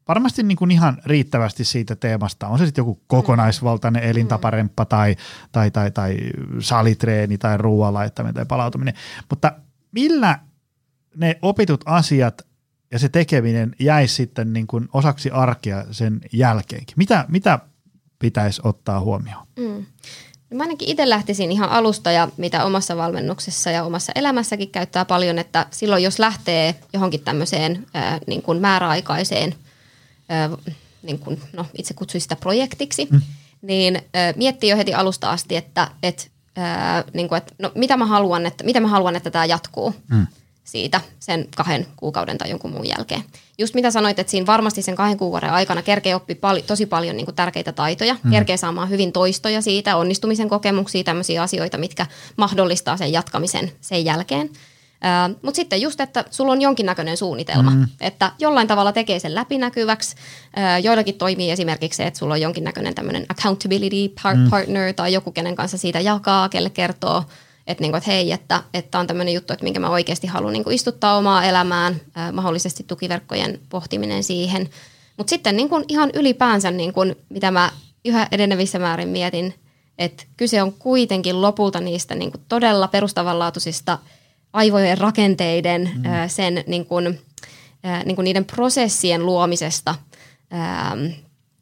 varmasti niin kuin ihan riittävästi siitä teemasta. On se sitten joku kokonaisvaltainen elintaparemppa tai, tai, tai, tai salitreeni tai ruoan laittaminen tai palautuminen. Mutta millä ne opitut asiat ja se tekeminen jäisi sitten niin kuin osaksi arkea sen jälkeenkin? Mitä, mitä pitäisi ottaa huomioon? Mm. No mä ainakin itse lähtisin ihan alusta ja mitä omassa valmennuksessa ja omassa elämässäkin käyttää paljon, että silloin jos lähtee johonkin tämmöiseen ää, niin kuin määräaikaiseen, ää, niin kuin, no itse kutsuisin sitä projektiksi, mm. niin ää, miettii jo heti alusta asti, että et, ää, niin kuin, et, no, mitä mä haluan, että mitä mä haluan, että tämä jatkuu. Mm. siitä sen kahden kuukauden tai jonkun muun jälkeen. Just mitä sanoit, että siinä varmasti sen kahden kuukauden aikana kerkee oppi pal- tosi paljon niin kuin tärkeitä taitoja, mm. kerkee saamaan hyvin toistoja siitä, onnistumisen kokemuksia, tämmöisiä asioita, mitkä mahdollistaa sen jatkamisen sen jälkeen. Uh, Mutta sitten just, että sulla on jonkinnäköinen suunnitelma, mm. että jollain tavalla tekee sen läpinäkyväksi. Uh, joillakin toimii esimerkiksi se, että sulla on jonkinnäköinen tämmöinen accountability par- mm. partner tai joku, kenen kanssa siitä jakaa, kelle kertoo, että, niinku, että hei, että, että on tämmöinen juttu, että minkä mä oikeasti haluan niinku istuttaa omaa elämään, äh, mahdollisesti tukiverkkojen pohtiminen siihen. Mutta sitten niinku ihan ylipäänsä, niinku, mitä mä yhä edenevissä määrin mietin, että kyse on kuitenkin lopulta niistä niinku todella perustavanlaatuisista aivojen rakenteiden, mm. äh, sen niinku, äh, niinku niiden prosessien luomisesta, äh,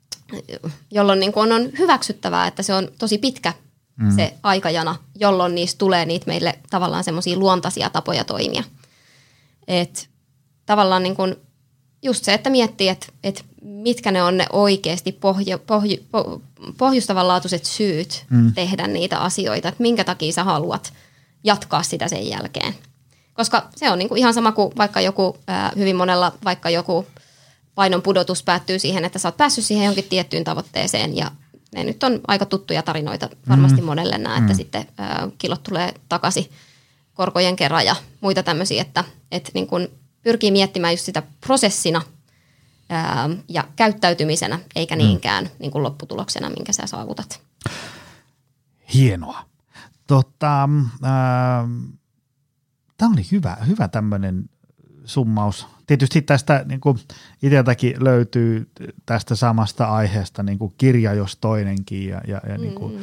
jolloin niinku on, on hyväksyttävää, että se on tosi pitkä Mm. se aikajana, jolloin niistä tulee niitä meille tavallaan semmoisia luontaisia tapoja toimia. Et tavallaan niin kun just se, että miettii, että et mitkä ne on ne oikeasti pohjo, pohjo, po, pohjustavanlaatuiset syyt mm. tehdä niitä asioita, että minkä takia sä haluat jatkaa sitä sen jälkeen. Koska se on niin kuin ihan sama kuin vaikka joku, ää, hyvin monella vaikka joku painon pudotus päättyy siihen, että sä oot päässyt siihen jonkin tiettyyn tavoitteeseen ja ne nyt on aika tuttuja tarinoita varmasti mm. monelle nämä, että mm. sitten ä, kilot tulee takaisin korkojen kerran ja muita tämmöisiä, että et niin kun pyrkii miettimään just sitä prosessina ä, ja käyttäytymisenä, eikä mm. niinkään niin kun lopputuloksena, minkä sä saavutat. Hienoa. Tota, tämä oli hyvä, hyvä tämmöinen summaus. Tietysti tästä niin kuin itseltäkin löytyy tästä samasta aiheesta niin kuin kirja jos toinenkin ja, ja, ja mm. niin kuin,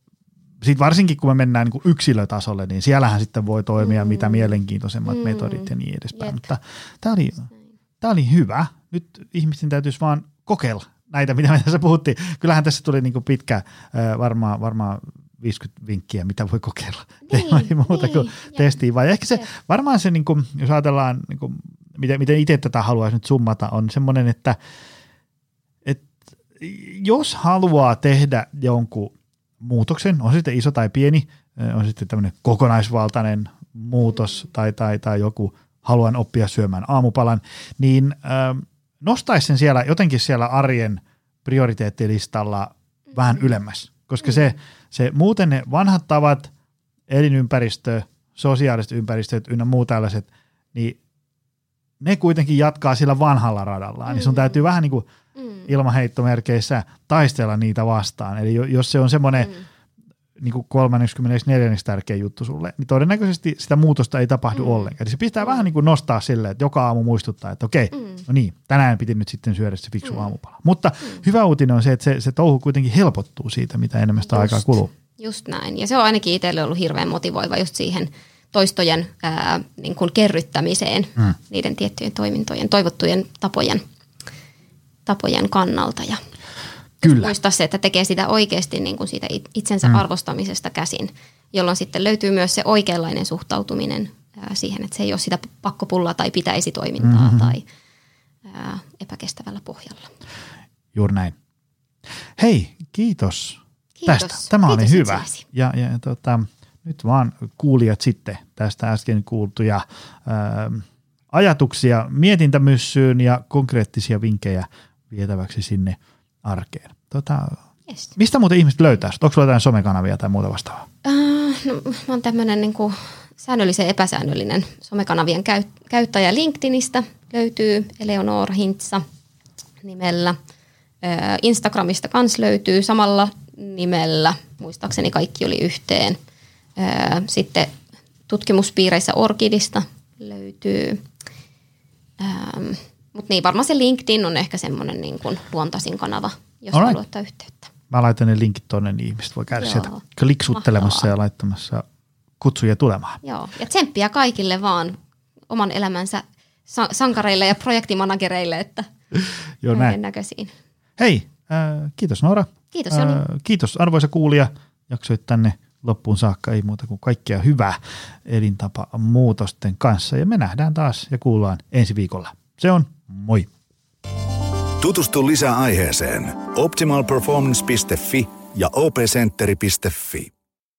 sit varsinkin kun me mennään niin kuin yksilötasolle, niin siellähän sitten voi toimia mm. mitä mielenkiintoisemmat mm. metodit ja niin edespäin. Jep. Mutta tämä oli, tämä oli hyvä. Nyt ihmisten täytyisi vaan kokeilla näitä, mitä me tässä puhuttiin. Kyllähän tässä tuli niin kuin pitkä, varmaan, varmaan viisikymmentä vinkkiä, mitä voi kokeilla. Niin, ei muuta niin, kuin testiin. Vai ehkä se, jep. varmaan se, niin kuin, jos ajatellaan niin kuin, miten, miten itse tätä haluaisi nyt summata, on semmoinen, että, että jos haluaa tehdä jonkun muutoksen, on se sitten iso tai pieni, on sitten tämmöinen kokonaisvaltainen muutos mm. tai, tai, tai joku haluan oppia syömään aamupalan, niin äh, nostaisi sen siellä jotenkin siellä arjen prioriteettilistalla mm. vähän ylemmäs, koska mm. se, se muuten ne vanhat tavat, elinympäristö, sosiaaliset ympäristöt ynnä muu tällaiset, niin ne kuitenkin jatkaa sillä vanhalla radallaan, mm. niin sun täytyy vähän niin kuin mm. ilmaheittomerkeissä taistella niitä vastaan. Eli jos se on semmoinen mm. niin kuin kolmekymmentäneljä tärkeä juttu sulle, niin todennäköisesti sitä muutosta ei tapahdu mm. ollenkaan. Eli se pitää mm. vähän niin kuin nostaa silleen, että joka aamu muistuttaa, että okei, mm. no niin, tänään piti nyt sitten syödä se fiksu mm. aamupala. Mutta mm. hyvä uutinen on se, että se, se touhu kuitenkin helpottuu siitä, mitä enemmän sitä aikaa kuluu. Just näin. Ja se on ainakin itselle ollut hirveän motivoiva just siihen toistojen ää, niin kuin kerryttämiseen mm. niiden tiettyjen toimintojen, toivottujen tapojen, tapojen kannalta. Ja kyllä. Muistaa se, että tekee sitä oikeasti niin kuin siitä itsensä mm. arvostamisesta käsin, jolloin sitten löytyy myös se oikeanlainen suhtautuminen ää, siihen, että se ei ole sitä pakkopullaa tai pitäisi toimintaa mm-hmm. tai ää, epäkestävällä pohjalla. Juuri näin. Hei, kiitos, kiitos. tästä. Tämä kiitos oli hyvä. Ja, ja tota, nyt vaan kuulijat sitten tästä äsken kuultuja ää, ajatuksia mietintämyssyyn ja konkreettisia vinkkejä vietäväksi sinne arkeen. Tota, yes. Mistä muuten ihmiset löytää? Onko sulla jotain somekanavia tai muuta vastaavaa? Uh, no, mä oon tämmöinen niin kuin säännöllisen epäsäännöllinen somekanavien käy, käyttäjä. LinkedInistä löytyy Eleonora Hintsa nimellä. Uh, Instagramista kans löytyy samalla nimellä. Muistaakseni kaikki oli yhteen. Uh, sitten tutkimuspiireissä Orkidista löytyy. Um, Mutta niin, varmaan se LinkedIn on ehkä semmoinen niin kuin luontaisin kanava, jos Alright. haluaa ottaa yhteyttä. Mä laitan ne linkit tuonne, niin ihmiset voi käydä Joo. sieltä kliksuttelemassa Mahtavaa. ja laittamassa kutsuja tulemaan. Joo, ja tsemppiä kaikille vaan oman elämänsä sa- sankareille ja projektimanagereille, että Joo, näin. näköisiin. Hei, äh, kiitos Noora. Kiitos Joni. Äh, kiitos arvoisa kuulija. Jaksoit tänne loppuun saakka, ei muuta kuin kaikkea hyvää elintapamuutosten kanssa. Ja me nähdään taas ja kuullaan ensi viikolla. Se on moi. Tutustu lisää aiheeseen optimal performance piste fi ja o p centeri piste fi.